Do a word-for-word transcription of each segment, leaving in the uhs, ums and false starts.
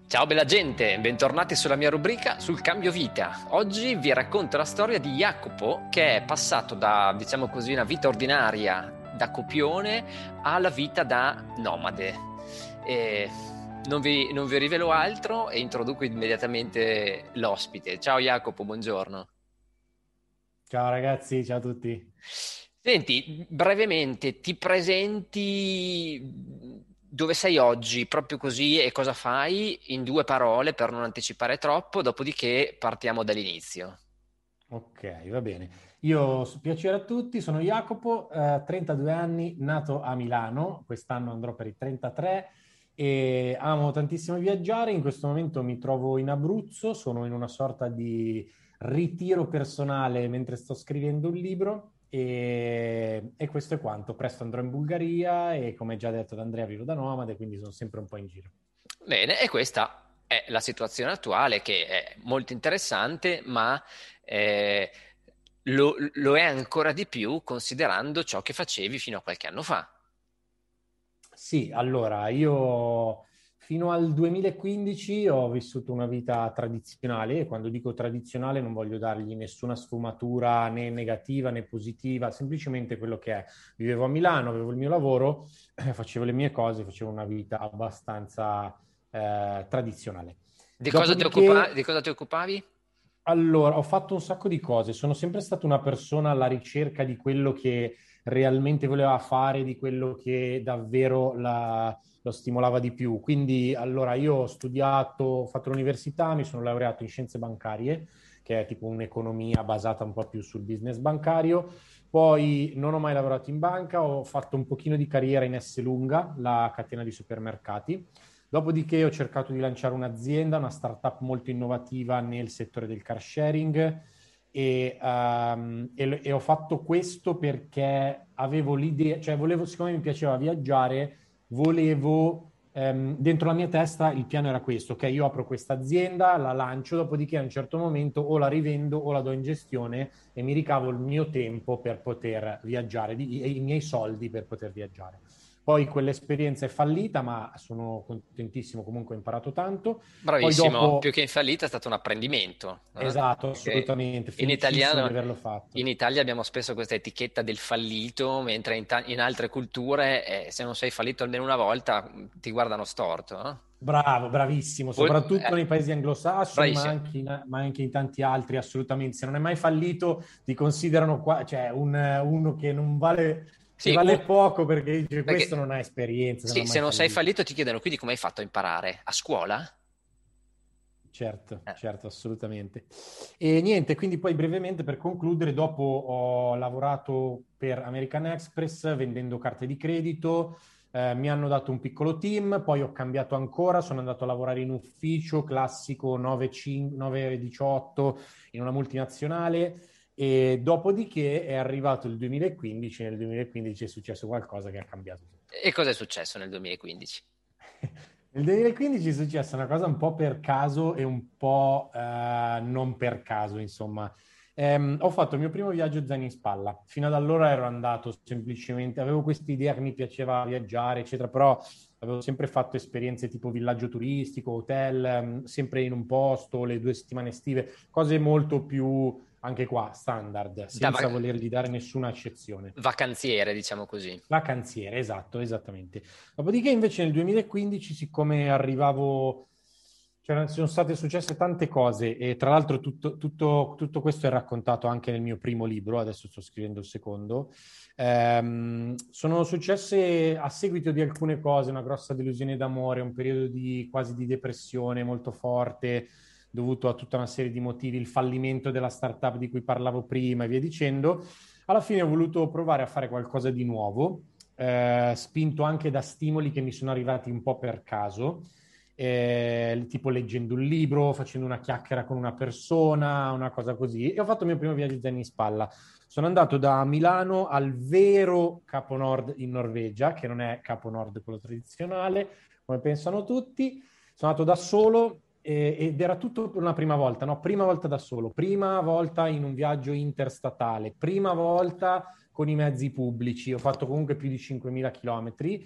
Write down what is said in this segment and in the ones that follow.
Ciao bella gente, bentornati sulla mia rubrica sul cambio vita. Oggi vi racconto la storia di Jacopo che è passato da, diciamo così, una vita ordinaria da copione alla vita da nomade. E non vi, non vi rivelo altro e introduco immediatamente l'ospite. Ciao Jacopo, buongiorno. Ciao ragazzi, ciao a tutti. Senti, brevemente ti presenti dove sei oggi, proprio così, e cosa fai in due parole per non anticipare troppo, dopodiché partiamo dall'inizio. Ok, va bene. Io, s- piacere a tutti, sono Jacopo, eh, trentadue anni, nato a Milano, quest'anno andrò per i trentatré e amo tantissimo viaggiare. In questo momento mi trovo in Abruzzo, sono in una sorta di ritiro personale mentre sto scrivendo un libro e, e questo è quanto. Presto andrò in Bulgaria e come già detto da Andrea vivo da nomade, quindi sono sempre un po' in giro. Bene, e questa è la situazione attuale che è molto interessante, ma eh, lo, lo è ancora di più considerando ciò che facevi fino a qualche anno fa. Sì, allora io fino al duemilaquindici ho vissuto una vita tradizionale e quando dico tradizionale non voglio dargli nessuna sfumatura né negativa né positiva, semplicemente quello che è. Vivevo a Milano, avevo il mio lavoro, eh, facevo le mie cose, facevo una vita abbastanza eh, tradizionale. Di cosa ti occupa- Dopodiché di cosa ti occupavi? allora, ho fatto un sacco di cose, sono sempre stata una persona alla ricerca di quello che realmente voleva fare, di quello che davvero la- lo stimolava di più. Quindi, allora, io ho studiato, ho fatto l'università, mi sono laureato in scienze bancarie, che è tipo un'economia basata un po' più sul business bancario. Poi non ho mai lavorato in banca, ho fatto un pochino di carriera in Esselunga, la catena di supermercati. Dopodiché ho cercato di lanciare un'azienda, una startup molto innovativa nel settore del car sharing e, ehm, e- e ho fatto questo perché avevo l'idea, cioè volevo, siccome mi piaceva viaggiare, volevo, ehm, dentro la mia testa il piano era questo, ok, io apro questa azienda, la lancio, dopodiché a un certo momento o la rivendo o la do in gestione e mi ricavo il mio tempo per poter viaggiare, di- e i miei soldi per poter viaggiare. Poi quell'esperienza è fallita, ma sono contentissimo, comunque ho imparato tanto. Poi Bravissimo, più dopo, che infallita è stato un apprendimento, eh? esatto, Perché assolutamente, in felicissimo di italiano, averlo in fatto. Italia abbiamo spesso questa etichetta del fallito, mentre in, ta- in altre culture, eh, se non sei fallito almeno una volta, mh, ti guardano storto, eh? Bravo, bravissimo, Vuol- soprattutto eh, nei paesi anglosassoni, ma bravissimo. anche in, ma anche in tanti altri, assolutamente. Se non è mai fallito, ti considerano qua, cioè un- uno che non vale, che Sì, un- vale poco perché dice questo perché non ha esperienza, se non sì, ha se mai non sei fallito. fallito ti chiedono quindi come hai fatto a imparare? A scuola? Certo, Eh. certo, assolutamente. E niente, quindi poi brevemente per concludere, dopo ho lavorato per American Express vendendo carte di credito, eh, mi hanno dato un piccolo team, poi ho cambiato ancora, sono andato a lavorare in ufficio classico nove diciotto in una multinazionale e dopodiché è arrivato il duemilaquindici, nel duemilaquindici è successo qualcosa che ha cambiato tutto. E cosa è successo nel duemilaquindici? Nel duemilaquindici è successa una cosa un po' per caso e un po' eh, non per caso, insomma. Ehm, ho fatto il mio primo viaggio zaino in spalla. Fino ad allora ero andato semplicemente, avevo questa idea che mi piaceva viaggiare, eccetera, però avevo sempre fatto esperienze tipo villaggio turistico, hotel, ehm, sempre in un posto, le due settimane estive, cose molto più, anche qua, standard, Da senza va- volergli dare nessuna accezione. vacanziere, diciamo così. Vacanziere, esatto, esattamente. Dopodiché invece nel duemilaquindici, siccome arrivavo, c'erano, sono state successe tante cose e tra l'altro tutto, tutto- tutto questo è raccontato anche nel mio primo libro, adesso sto scrivendo il secondo, ehm, sono successe a seguito di alcune cose, una grossa delusione d'amore, un periodo di quasi di depressione molto forte dovuto a tutta una serie di motivi, il fallimento della startup di cui parlavo prima e via dicendo. Alla fine ho voluto provare a fare qualcosa di nuovo, eh, spinto anche da stimoli che mi sono arrivati un po' per caso, eh, tipo leggendo un libro, facendo una chiacchiera con una persona, una cosa così. E ho fatto il mio primo viaggio zaino in spalla. Sono andato da Milano al vero Capo Nord in Norvegia, che non è Capo Nord quello tradizionale, come pensano tutti. Sono andato da solo eh, ed era tutto per una prima volta, no? Prima volta da solo, prima volta in un viaggio interstatale, prima volta con i mezzi pubblici. Ho fatto comunque più di cinquemila chilometri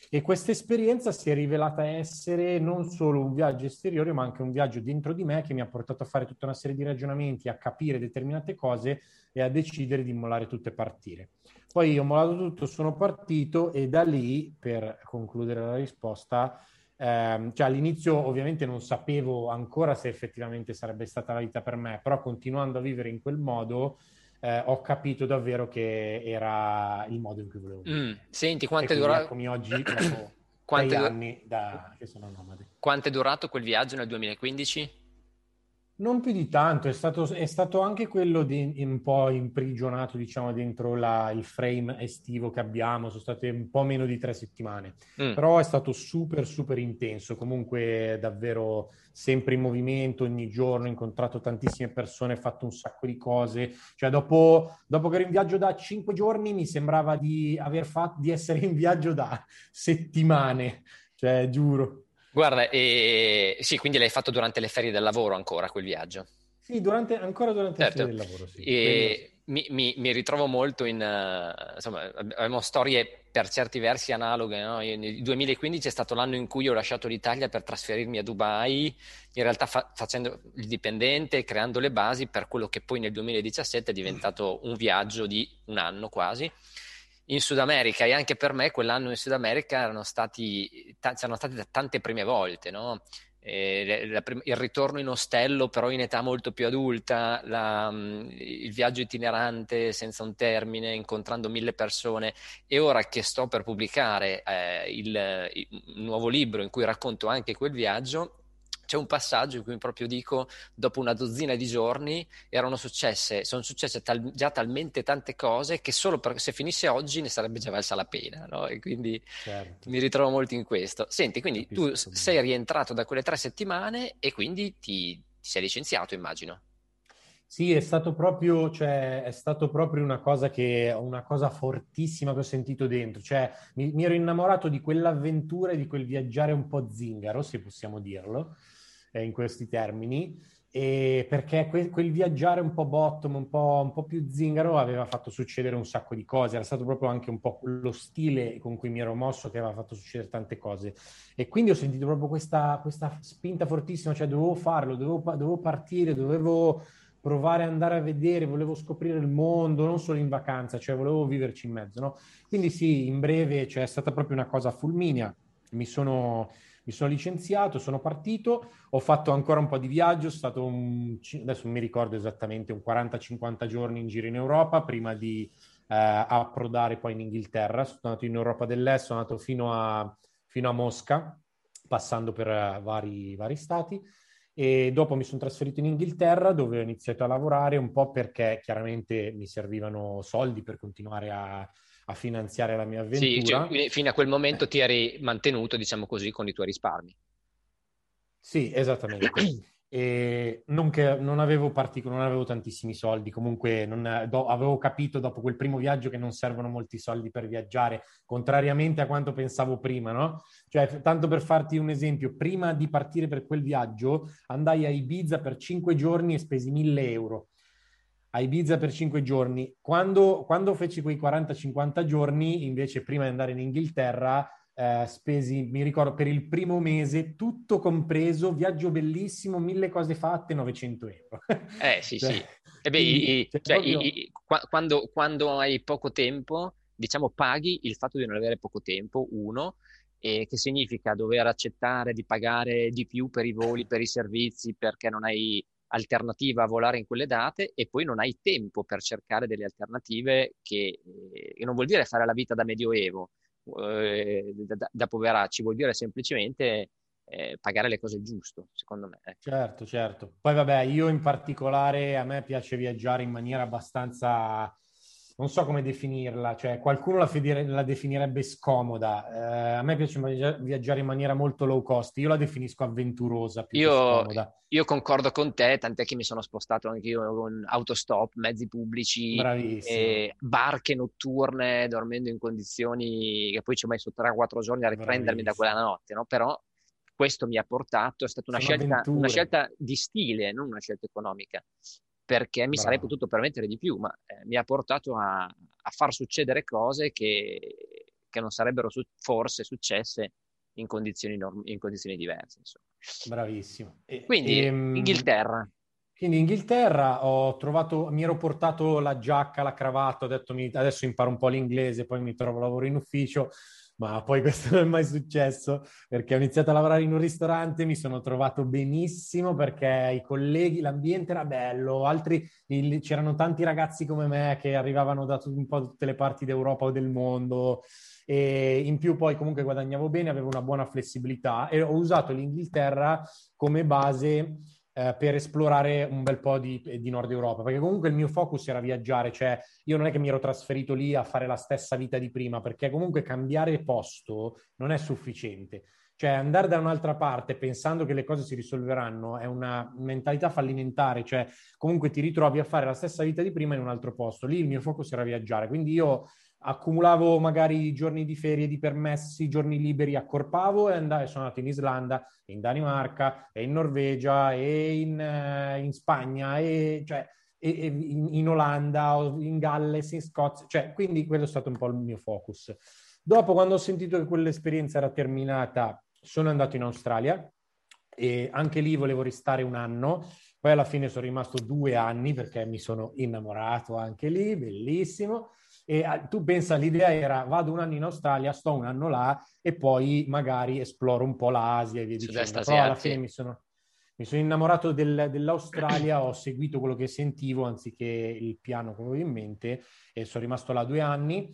E questa esperienza si è rivelata essere non solo un viaggio esteriore, ma anche un viaggio dentro di me che mi ha portato a fare tutta una serie di ragionamenti, a capire determinate cose e a decidere di mollare tutto e partire. Poi ho mollato tutto, sono partito e da lì, per concludere la risposta, ehm, cioè all'inizio ovviamente non sapevo ancora se effettivamente sarebbe stata la vita per me, però continuando a vivere in quel modo eh, ho capito davvero che era il modo in cui volevo Mm, vivere. senti, E quanto è quindi durato... eccomi oggi, dopo quanto sei è du- anni da... che sono nomade. quanto è durato quel viaggio nel duemilaquindici? Non più di tanto, è stato, è stato anche quello di, un po' imprigionato, diciamo, dentro la- il frame estivo che abbiamo, sono state un po' meno di tre settimane, Mm. però è stato super, super intenso, comunque davvero sempre in movimento, ogni giorno, ho incontrato tantissime persone, fatto un sacco di cose, cioè dopo, dopo che ero in viaggio da cinque giorni mi sembrava di aver fatto, di essere in viaggio da settimane, cioè giuro. Guarda, e... sì, quindi l'hai fatto durante le ferie del lavoro ancora quel viaggio. Sì, durante, ancora durante le ferie Certo, del lavoro, sì, quello sì. e mi, mi- mi ritrovo molto in, eh, insomma, abbiamo storie per certi versi analoghe, no? Io- Nel duemilaquindici è stato l'anno in cui ho lasciato l'Italia per trasferirmi a Dubai, in realtà fa- facendo il dipendente, creando le basi per quello che poi nel duemiladiciassette è diventato un viaggio di un anno quasi. In Sud America, e anche per me quell'anno in Sud America erano stati, ta- c'erano state tante prime volte, no? Eh, la prim- il ritorno in ostello però in età molto più adulta, la, mh, il viaggio itinerante senza un termine, incontrando mille persone, e ora che sto per pubblicare eh, il, il nuovo libro in cui racconto anche quel viaggio, c'è un passaggio in cui proprio dico, dopo una dozzina di giorni erano successe, sono successe tal- già talmente tante cose che solo per, se finisse oggi ne sarebbe già valsa la pena, no? E quindi Certo, mi ritrovo molto in questo. Senti, quindi tu s- capisco sei bene. rientrato da quelle tre settimane e quindi ti, ti sei licenziato, immagino. Sì, è stato proprio, cioè, è stato proprio una cosa che, una cosa fortissima che ho sentito dentro. Cioè, mi, mi ero innamorato di quell'avventura e di quel viaggiare un po' zingaro, se possiamo dirlo, eh, in questi termini. E perché que- quel viaggiare un po' bottom, un po', un po' più zingaro aveva fatto succedere un sacco di cose. Era stato proprio anche un po' lo stile con cui mi ero mosso che aveva fatto succedere tante cose. E quindi ho sentito proprio questa, questa spinta fortissima, cioè dovevo farlo, dovevo, pa- dovevo partire, dovevo provare ad andare a vedere, volevo scoprire il mondo, non solo in vacanza, cioè volevo viverci in mezzo, no? Quindi sì, in breve, cioè, è stata proprio una cosa fulminea. Mi sono, mi sono licenziato, sono partito, ho fatto ancora un po' di viaggio, sono stato un, adesso non mi ricordo esattamente, un quaranta cinquanta giorni in giro in Europa prima di eh, approdare poi in Inghilterra. Sono andato in Europa dell'Est, sono andato fino a, fino a Mosca, passando per eh, vari, vari stati e dopo mi sono trasferito in Inghilterra dove ho iniziato a lavorare un po' perché chiaramente mi servivano soldi per continuare a, a finanziare la mia Sì, cioè, avventura. quindi fino a quel momento ti eri mantenuto, diciamo così, con i tuoi risparmi. Sì, esattamente. E non, che, non avevo partic- non avevo tantissimi soldi, comunque non- do- avevo capito dopo quel primo viaggio che non servono molti soldi per viaggiare, contrariamente a quanto pensavo prima, no? Cioè, f- tanto per farti un esempio, prima di partire per quel viaggio andai a Ibiza per cinque giorni e spesi mille euro. A Ibiza per cinque giorni. Quando, quando feci quei quaranta cinquanta giorni, invece, prima di andare in Inghilterra, eh, spesi, mi ricordo, per il primo mese, tutto compreso, viaggio bellissimo, mille cose fatte, novecento euro. Eh sì, Cioè, sì. E beh, i- quindi, i- cioè, cioè, proprio... i- i- qua- quando, quando hai poco tempo, diciamo, paghi il fatto di non avere poco tempo, uno, e che significa dover accettare di pagare di più per i voli, per i servizi, perché non hai alternativa a volare in quelle date, e poi non hai tempo per cercare delle alternative che, eh, che non vuol dire fare la vita da medioevo, eh, da, da, da poveracci, vuol dire semplicemente eh, pagare le cose giusto, secondo me. Ecco. Certo, certo. Poi vabbè, io in particolare a me piace viaggiare in maniera abbastanza, non so come definirla, cioè qualcuno la, fedire- la definirebbe scomoda. Eh, a me piace viaggia- viaggiare in maniera molto low cost, io la definisco avventurosa più che Io, scomoda. io concordo con te, tant'è che mi sono spostato anche io con autostop, mezzi pubblici, Bravissimo, eh, barche notturne, dormendo in condizioni che poi ci ho messo tre o quattro giorni a riprendermi da quella bravissimo. notte, no? Però questo mi ha portato, è stata una Sono scelta, una avventure, scelta di stile, non una scelta economica, perché mi sarei bravo. potuto permettere di più, ma eh, mi ha portato a, a far succedere cose che, che non sarebbero su- forse successe in condizioni, norm- in condizioni diverse, insomma. Bravissimo. E, Quindi, ehm, Inghilterra. quindi in Inghilterra ho trovato, mi ero portato la giacca, la cravatta, ho detto mi- adesso imparo un po' l'inglese, poi mi trovo lavoro in ufficio, ma poi questo non è mai successo perché ho iniziato a lavorare in un ristorante, mi sono trovato benissimo perché i colleghi, l'ambiente era bello, altri, il- c'erano tanti ragazzi come me che arrivavano da tut- un po' tutte le parti d'Europa o del mondo e in più poi comunque guadagnavo bene, avevo una buona flessibilità e ho usato l'Inghilterra come base eh, per esplorare un bel po' di, di Nord Europa, perché comunque il mio focus era viaggiare, cioè io non è che mi ero trasferito lì a fare la stessa vita di prima, perché comunque cambiare posto non è sufficiente. Cioè andare da un'altra parte pensando che le cose si risolveranno è una mentalità fallimentare, cioè comunque ti ritrovi a fare la stessa vita di prima in un altro posto. Lì il mio focus era viaggiare, quindi io accumulavo magari giorni di ferie, di permessi, giorni liberi, accorpavo e andavo, sono andato in Islanda, in Danimarca, e in Norvegia, e in, eh, in Spagna, e, cioè, e, e in, in Olanda, in Galles, in Scozia, cioè, quindi quello è stato un po' il mio focus. Dopo, quando ho sentito che quell'esperienza era terminata, sono andato in Australia e anche lì volevo restare un anno. Poi alla fine sono rimasto due anni perché mi sono innamorato anche lì, bellissimo. E ah, tu pensa, l'idea era vado un anno in Australia, sto un anno là e poi magari esploro un po' l'Asia e via Sud-est dicendo. Però alla fine asiatico. mi sono, mi sono innamorato del- dell'Australia, ho seguito quello che sentivo anziché il piano che avevo in mente e sono rimasto là due anni.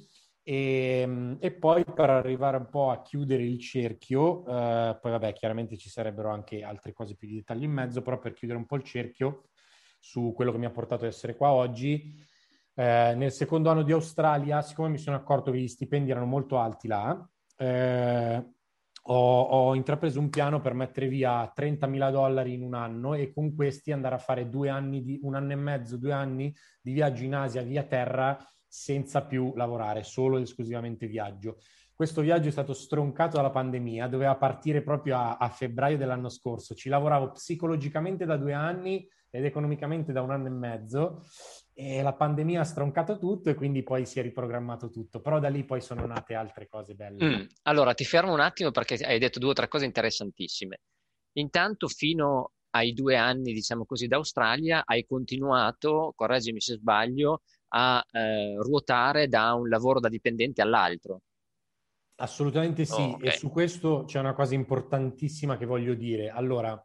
E, e poi per arrivare un po' a chiudere il cerchio, eh, poi vabbè, chiaramente ci sarebbero anche altre cose più di dettagli in mezzo, però per chiudere un po' il cerchio su quello che mi ha portato ad essere qua oggi, eh, nel secondo anno di Australia, siccome mi sono accorto che gli stipendi erano molto alti là, eh, ho, ho intrapreso un piano per mettere via trentamila dollari in un anno e con questi andare a fare due anni di, un anno e mezzo, due anni di viaggio in Asia via terra senza più lavorare, solo ed esclusivamente viaggio. Questo viaggio è stato stroncato dalla pandemia, doveva partire proprio a, a febbraio dell'anno scorso. Ci lavoravo psicologicamente da due anni ed economicamente da un anno e mezzo e la pandemia ha stroncato tutto e quindi poi si è riprogrammato tutto. Però da lì poi sono nate altre cose belle. Mm, Allora, ti fermo un attimo perché hai detto due o tre cose interessantissime. Intanto, fino ai due anni, diciamo così, d'Australia, hai continuato, correggimi se sbaglio, a eh, ruotare da un lavoro da dipendente all'altro. Assolutamente Oh, sì, ok. e su questo c'è una cosa importantissima che voglio dire. Allora,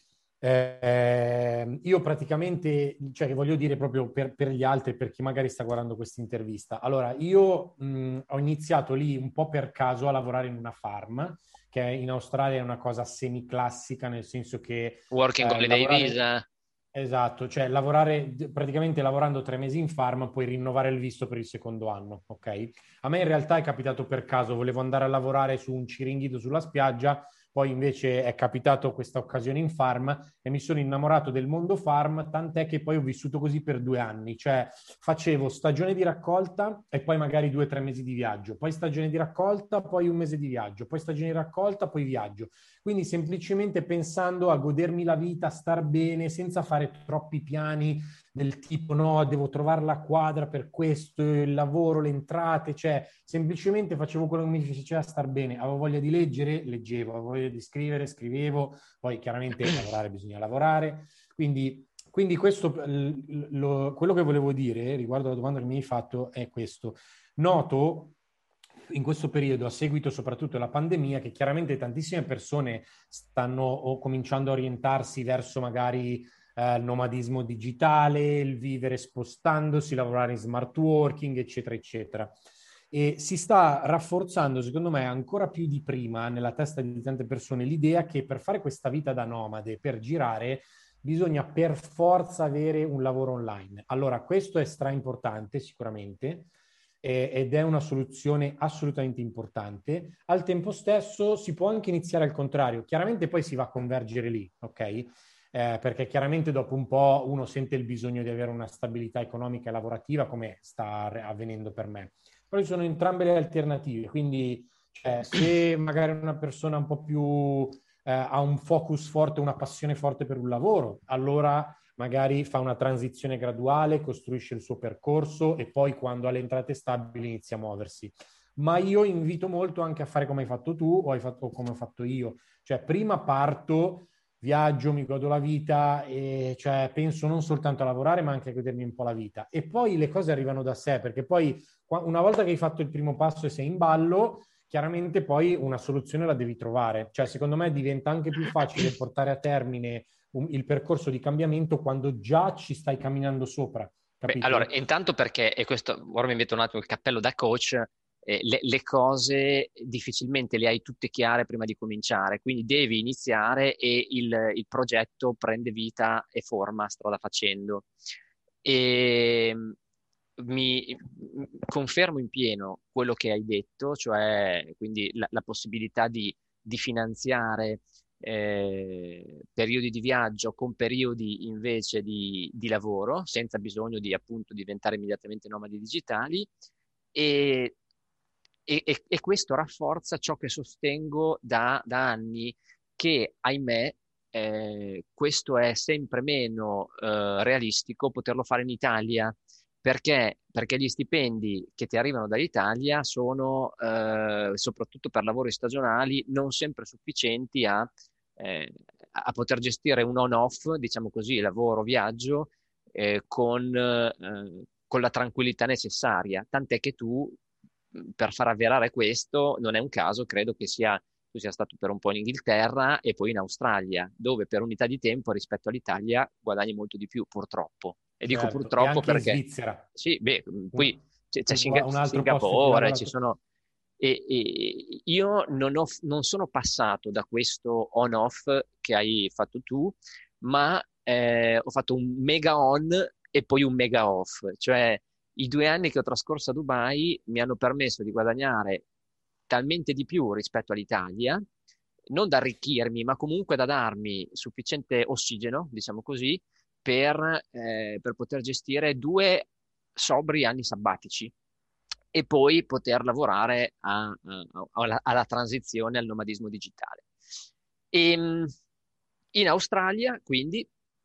eh, io praticamente, cioè che voglio dire proprio per, per gli altri, per chi magari sta guardando questa intervista. Allora, io mh, ho iniziato lì un po' per caso a lavorare in una farm, che in Australia è una cosa semiclassica, nel senso che Working eh, Holiday lavorare. Visa. Esatto, cioè lavorare praticamente lavorando tre mesi in farm puoi rinnovare il visto per il secondo anno, ok? A me in realtà è capitato per caso, volevo andare a lavorare su un ciringhito sulla spiaggia, poi invece è capitato questa occasione in farm e mi sono innamorato del mondo farm, tant'è che poi ho vissuto così per due anni, cioè facevo stagione di raccolta e poi magari due o tre mesi di viaggio, poi stagione di raccolta, poi un mese di viaggio, poi stagione di raccolta, poi viaggio. Quindi semplicemente pensando a godermi la vita, a star bene, senza fare troppi piani del tipo no, devo trovare la quadra per questo, il lavoro, le entrate, cioè semplicemente facevo quello che mi faceva star bene. Avevo voglia di leggere, leggevo, avevo voglia di scrivere, scrivevo, poi chiaramente lavorare bisogna lavorare. Quindi, quindi questo, lo, quello che volevo dire riguardo alla domanda che mi hai fatto è questo. Noto in questo periodo, a seguito soprattutto della pandemia, che chiaramente tantissime persone stanno o cominciando a orientarsi verso magari eh, il nomadismo digitale, il vivere spostandosi, lavorare in smart working, eccetera, eccetera. E si sta rafforzando, secondo me, ancora più di prima nella testa di tante persone l'idea che per fare questa vita da nomade, per girare, bisogna per forza avere un lavoro online. Allora, questo è stra importante sicuramente eh, ed è una soluzione assolutamente importante. Al tempo stesso si può anche iniziare al contrario. Chiaramente poi si va a convergere lì, ok? Eh, perché chiaramente dopo un po' uno sente il bisogno di avere una stabilità economica e lavorativa come sta avvenendo per me. Però ci sono entrambe le alternative, quindi cioè, se magari una persona un po' più eh, ha un focus forte, una passione forte per un lavoro, allora magari fa una transizione graduale, costruisce il suo percorso e poi quando ha le entrate stabili inizia a muoversi. ma io invito molto anche a fare come hai fatto tu o, hai fatto, o come ho fatto io. Cioè, prima parto, viaggio, mi godo la vita e cioè, penso non soltanto a lavorare, ma anche a godermi un po' la vita. E poi le cose arrivano da sé, perché poi una volta che hai fatto il primo passo e sei in ballo, chiaramente poi una soluzione la devi trovare. Cioè, secondo me diventa anche più facile portare a termine un, il percorso di cambiamento quando già ci stai camminando sopra, Beh, allora, capito? intanto perché, e questo, ora mi metto un attimo il cappello da coach, eh, le, le cose difficilmente le hai tutte chiare prima di cominciare, quindi devi iniziare e il, il progetto prende vita e forma strada facendo. E mi confermo in pieno quello che hai detto, cioè quindi la, la possibilità di, di finanziare eh, periodi di viaggio con periodi invece di, di lavoro, senza bisogno di appunto diventare immediatamente nomadi digitali. E, e- e- e questo rafforza ciò che sostengo da, da anni, che ahimè eh, questo è sempre meno eh, realistico poterlo fare in Italia. Perché? Perché gli stipendi che ti arrivano dall'Italia sono, eh, soprattutto per lavori stagionali, non sempre sufficienti a, eh, a poter gestire un on-off, diciamo così, lavoro, viaggio, eh, con, eh, con la tranquillità necessaria. Tant'è che tu, mh, per far avverare questo, non è un caso, credo che sia, tu sia stato per un po' in Inghilterra e poi in Australia, dove per unità di tempo rispetto all'Italia guadagni molto di più, purtroppo. E dico Certo, e purtroppo anche in perché, Svizzera. sì, beh, Un, poi c'è, c'è Singa- un altro posto in cui Singapore, ci lavorato. sono... E, e io non, ho, non sono passato da questo on-off che hai fatto tu, ma eh, ho fatto un mega on e poi un mega off, cioè i due anni che ho trascorso a Dubai mi hanno permesso di guadagnare talmente di più rispetto all'Italia, non da arricchirmi, ma comunque da darmi sufficiente ossigeno, diciamo così, per, eh, per poter gestire due sobri anni sabbatici e poi poter lavorare a- a- alla, alla transizione al nomadismo digitale. E, in Australia, quindi,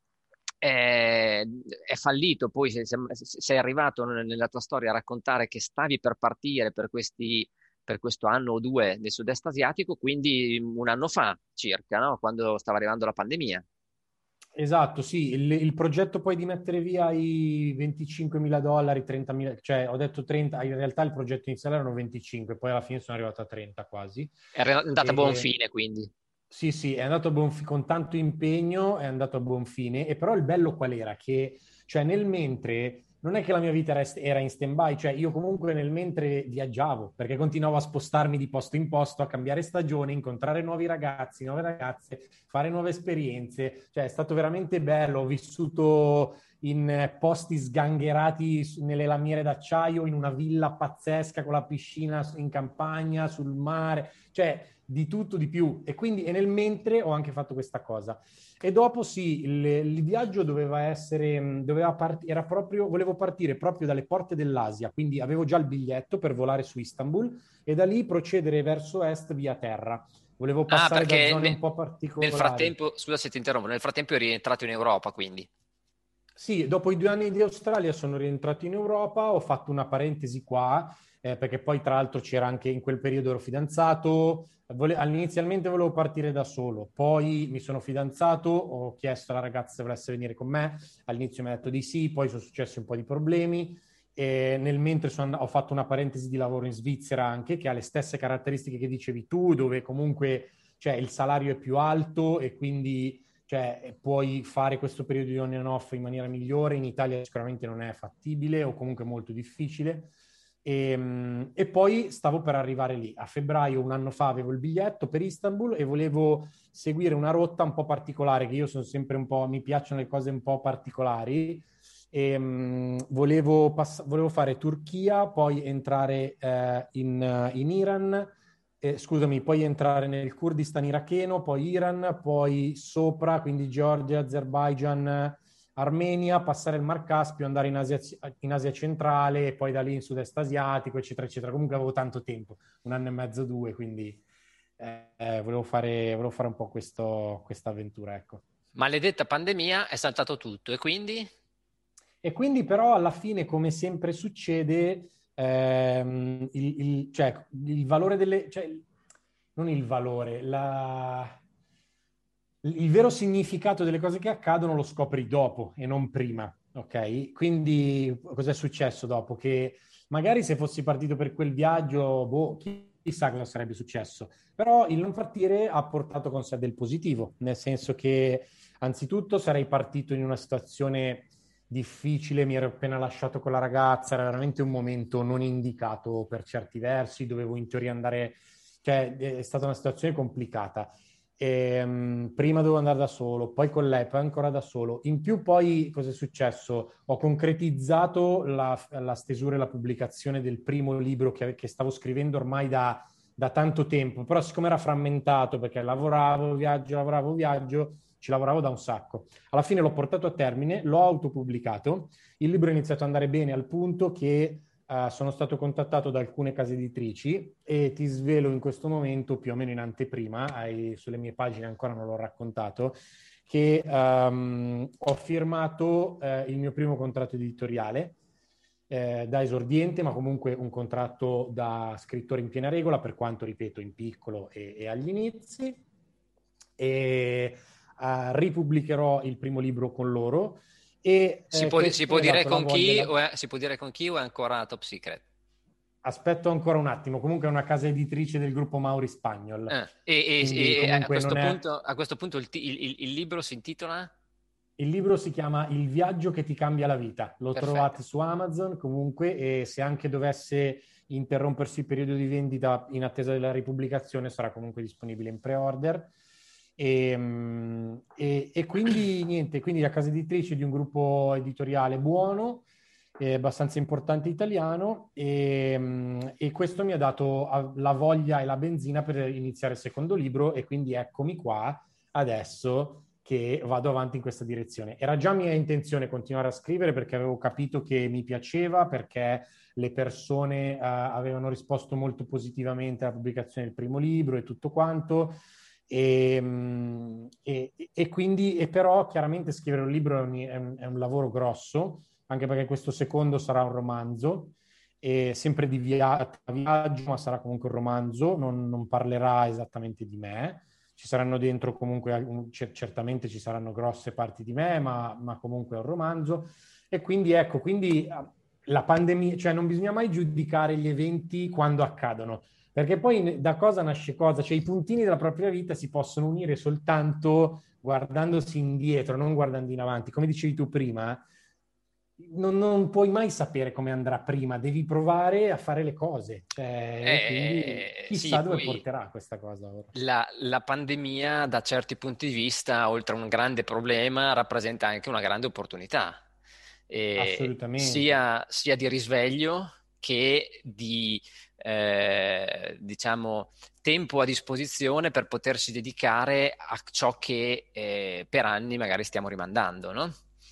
è, è fallito. Poi sei, sei arrivato nella tua storia a raccontare che stavi per partire per questi per questo anno o due nel sud-est asiatico, quindi un anno fa circa, no? Quando stava arrivando la pandemia. Esatto, sì, il, il progetto poi di mettere via i venticinquemila dollari, trentamila, cioè ho detto trenta, in realtà il progetto iniziale erano venticinque, poi alla fine sono arrivato a trenta quasi. Era andata a buon E, fine, quindi. sì, sì, è andato a buon fine, con tanto impegno è andato a buon fine, e però il bello qual era? Che, cioè, nel mentre, non è che la mia vita era, era in stand-by, cioè io comunque nel mentre viaggiavo, perché continuavo a spostarmi di posto in posto, a cambiare stagione, incontrare nuovi ragazzi, nuove ragazze, fare nuove esperienze, cioè è stato veramente bello, ho vissuto in posti sgangherati nelle lamiere d'acciaio, in una villa pazzesca con la piscina in campagna, sul mare, cioè di tutto di più. E quindi e nel mentre ho anche fatto questa cosa. E dopo sì, il, il viaggio doveva essere, doveva part- era proprio, volevo partire proprio dalle porte dell'Asia, quindi avevo già il biglietto per volare su Istanbul e da lì procedere verso est via terra. Volevo Ah, passare da perché zone un ne- po' nel particolari. frattempo, scusa se ti interrompo, nel frattempo eri rientrato in Europa, quindi. Sì, dopo i due anni di Australia sono rientrato in Europa, ho fatto una parentesi qua, eh, perché poi tra l'altro c'era anche in quel periodo ero fidanzato, vole- inizialmente volevo partire da solo, poi mi sono fidanzato, ho chiesto alla ragazza se volesse venire con me, all'inizio mi ha detto di sì, poi sono successi un po' di problemi, e nel mentre sono and- ho fatto una parentesi di lavoro in Svizzera anche, che ha le stesse caratteristiche che dicevi tu, dove comunque cioè, il salario è più alto e quindi cioè puoi fare questo periodo di on and off in maniera migliore, in Italia sicuramente non è fattibile o comunque molto difficile. E, e poi stavo per arrivare lì. A febbraio, un anno fa, avevo il biglietto per Istanbul e volevo seguire una rotta un po' particolare, che io sono sempre un po', mi piacciono le cose un po' particolari. E, um, volevo, pass- volevo fare Turchia, poi entrare eh, in, in Iran, eh, scusami, poi entrare nel Kurdistan iracheno, poi Iran, poi sopra, quindi Georgia, Azerbaijan, Armenia, passare il Mar Caspio, andare in Asia, in Asia centrale e poi da lì in sud-est asiatico, eccetera, eccetera. Comunque avevo tanto tempo, un anno e mezzo, due, quindi eh, volevo fare, volevo fare un po' questo, questa avventura, ecco. Maledetta pandemia, è saltato tutto e quindi? E quindi però alla fine, come sempre succede, ehm, il, il- cioè, il valore delle... Cioè, non il valore, la... il vero significato delle cose che accadono lo scopri dopo e non prima, ok? Quindi cos'è successo dopo? Che magari se fossi partito per quel viaggio, boh, chissà cosa sarebbe successo. Però il non partire ha portato con sé del positivo, nel senso che anzitutto sarei partito in una situazione difficile, mi ero appena lasciato con la ragazza, era veramente un momento non indicato per certi versi, dovevo in teoria andare, cioè è stata una situazione complicata. E, um, prima dovevo andare da solo, poi con lei, poi ancora da solo. In più poi cosa è successo? Ho concretizzato la, la stesura e la pubblicazione del primo libro che, che stavo scrivendo ormai da, da tanto tempo, però siccome era frammentato perché lavoravo, viaggio, lavoravo, viaggio, ci lavoravo da un sacco. Alla fine l'ho portato a termine, l'ho autopubblicato, il libro è iniziato ad andare bene al punto che Uh, sono stato contattato da alcune case editrici e ti svelo in questo momento, più o meno in anteprima, hai, sulle mie pagine ancora non l'ho raccontato, che um, ho firmato uh, il mio primo contratto editoriale eh, da esordiente, ma comunque un contratto da scrittore in piena regola, per quanto, ripeto, in piccolo e, e agli inizi. E uh, ripubblicherò il primo libro con loro. E Si eh, può, si questo può mi ha dire dato la con voglia e chi la... o è, si può dire con chi o è ancora top secret? Aspetto ancora un attimo, comunque è una casa editrice del gruppo Mauri Spagnol, Ah, e, quindi e- e a comunque questo non è... punto, a questo punto il, ti- il- il- il libro si intitola? Il libro si chiama Il viaggio che ti cambia la vita, lo Perfetto. trovate su Amazon comunque e se anche dovesse interrompersi il periodo di vendita in attesa della ripubblicazione sarà comunque disponibile in pre-order. E, mm, e- e quindi niente, quindi la casa editrice di un gruppo editoriale buono, eh, abbastanza importante italiano e, mm, e questo mi ha dato ah, la voglia e la benzina per iniziare il secondo libro e quindi eccomi qua adesso che vado avanti in questa direzione. Era già mia intenzione continuare a scrivere perché avevo capito che mi piaceva, perché le persone uh, avevano risposto molto positivamente alla pubblicazione del primo libro e tutto quanto. E, e, e quindi, e però chiaramente scrivere un libro è un, è un, è un lavoro grosso, anche perché questo secondo sarà un romanzo, e sempre di via- viaggio, ma sarà comunque un romanzo, non, non parlerà esattamente di me. Ci saranno dentro comunque, certamente ci saranno grosse parti di me, ma, ma comunque è un romanzo. E quindi ecco, quindi la pandemia, cioè non bisogna mai giudicare gli eventi quando accadono, perché poi da cosa nasce cosa? Cioè i puntini della propria vita si possono unire soltanto guardandosi indietro, non guardando in avanti. Come dicevi tu prima, non, non puoi mai sapere come andrà prima, devi provare a fare le cose. Cioè, e quindi Eh, chissà sì, dove poi porterà questa cosa ora. la, la pandemia, da certi punti di vista, oltre a un grande problema, rappresenta anche una grande opportunità, eh, Assolutamente. sia, sia di risveglio che di, eh, diciamo, tempo a disposizione per potersi dedicare a ciò che eh, per anni magari stiamo rimandando, no?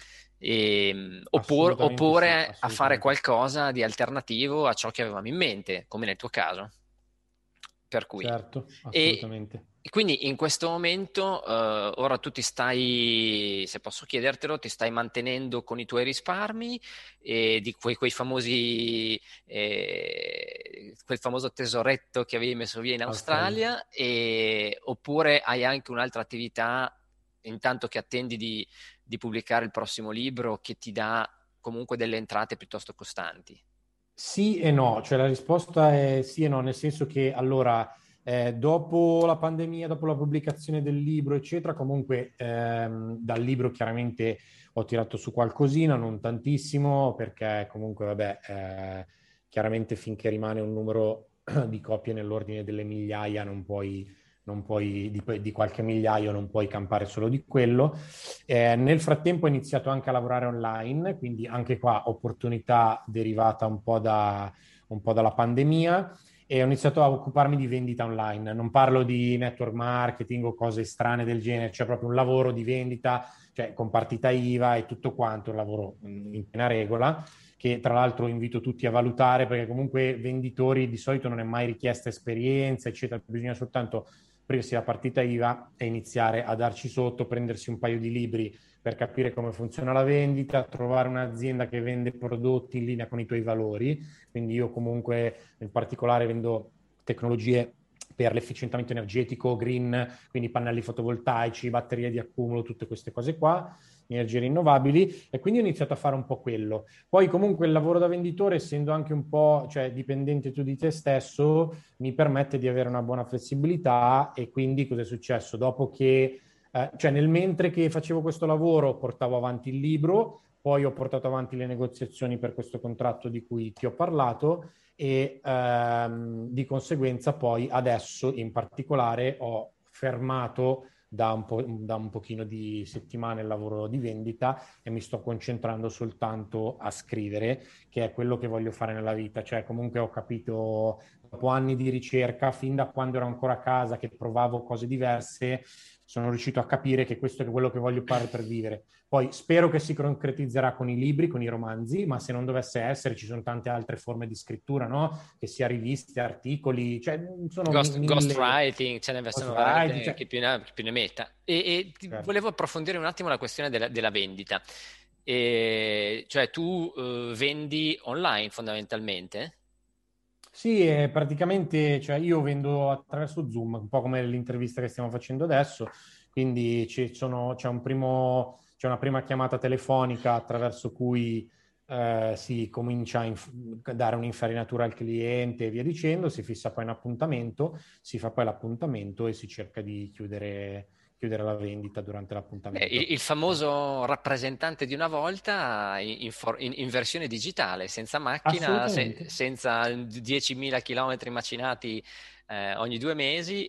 E, oppure, Assolutamente sì, oppure a fare assolutamente sì. qualcosa di alternativo a ciò che avevamo in mente, come nel tuo caso. Per cui, Certo, e, assolutamente. e quindi in questo momento, eh, ora tu ti stai, se posso chiedertelo, ti stai mantenendo con i tuoi risparmi e di quei, quei famosi, eh, quel famoso tesoretto che avevi messo via in Australia. Australia, e, oppure hai anche un'altra attività intanto che attendi di, di pubblicare il prossimo libro che ti dà comunque delle entrate piuttosto costanti. Sì e no, cioè la risposta è sì e no, nel senso che allora, eh, dopo la pandemia, dopo la pubblicazione del libro, eccetera, comunque ehm, dal libro chiaramente ho tirato su qualcosina, non tantissimo, perché comunque, vabbè, eh, chiaramente finché rimane un numero di copie nell'ordine delle migliaia, non puoi, non puoi di, di qualche migliaio, non puoi campare solo di quello. Eh, nel frattempo ho iniziato anche a lavorare online, quindi anche qua opportunità derivata un po' da, un po' dalla pandemia e ho iniziato a occuparmi di vendita online. Non parlo di network marketing o cose strane del genere, c'è proprio un lavoro di vendita, cioè con partita I V A e tutto quanto, un lavoro in piena regola, che tra l'altro invito tutti a valutare perché comunque venditori di solito non è mai richiesta esperienza, eccetera, bisogna soltanto aprirsi la partita I V A e iniziare a darci sotto, prendersi un paio di libri per capire come funziona la vendita, trovare un'azienda che vende prodotti in linea con i tuoi valori. Quindi io comunque in particolare vendo tecnologie per l'efficientamento energetico, green, quindi pannelli fotovoltaici, batterie di accumulo, tutte queste cose qua, energie rinnovabili, e quindi ho iniziato a fare un po' quello. Poi comunque il lavoro da venditore, essendo anche un po', cioè, dipendente tu di te stesso, mi permette di avere una buona flessibilità. E quindi cosa è successo? Dopo che, eh, cioè nel mentre che facevo questo lavoro, portavo avanti il libro, poi ho portato avanti le negoziazioni per questo contratto di cui ti ho parlato, e ehm, di conseguenza poi adesso in particolare ho fermato da un, po', da un pochino di settimane il lavoro di vendita e mi sto concentrando soltanto a scrivere, che è quello che voglio fare nella vita. Cioè comunque ho capito dopo anni di ricerca, fin da quando ero ancora a casa, che provavo cose diverse, sono riuscito a capire che questo è quello che voglio fare per vivere. Poi spero che si concretizzerà con i libri, con i romanzi, ma se non dovesse essere ci sono tante altre forme di scrittura, no? Che sia riviste, articoli, cioè sono mi- Ghost, mille... ghostwriting, ce ne sono ghostwriting, veramente cioè... chi più ne ha più ne metta. E, e ti- Certo. volevo approfondire un attimo la questione della, della vendita. E, cioè tu eh, vendi online fondamentalmente? Sì, è praticamente, cioè io vendo attraverso Zoom, un po' come l'intervista che stiamo facendo adesso, quindi ci sono- c'è un primo, c'è una prima chiamata telefonica attraverso cui eh, si comincia a inf- dare un'infarinatura al cliente e via dicendo, si fissa poi un appuntamento, si fa poi l'appuntamento e si cerca di chiudere, chiudere la vendita durante Beh, il, l'appuntamento. il famoso rappresentante di una volta in, in for- in- in versione digitale, senza macchina, se- Assolutamente, senza diecimila chilometri macinati eh, ogni due mesi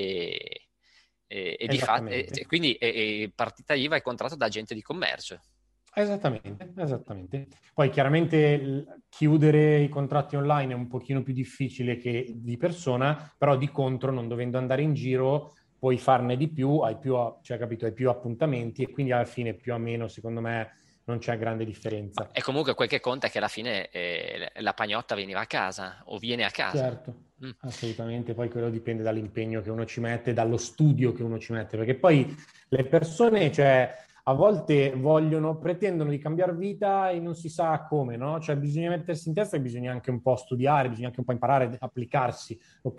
e, e- e di fatto, e- esattamente. e quindi e- e partita I V A è contratto da agente di commercio. Esattamente, esattamente. Poi chiaramente l- chiudere i contratti online è un pochino più difficile che di persona, però di contro, non dovendo andare in giro, puoi farne di più, hai più, a- cioè, capito, hai più appuntamenti e quindi alla fine più o meno, secondo me, non c'è grande Ma- differenza. E comunque quel che conta è che alla fine eh, la pagnotta veniva a casa o viene a casa. Certo, Mm. assolutamente. Poi quello dipende dall'impegno che uno ci mette, dallo studio che uno ci mette, perché poi le persone, cioè, a volte vogliono, pretendono di cambiare vita e non si sa come, no? Cioè, bisogna mettersi in testa e bisogna anche un po' studiare, bisogna anche un po' imparare, applicarsi,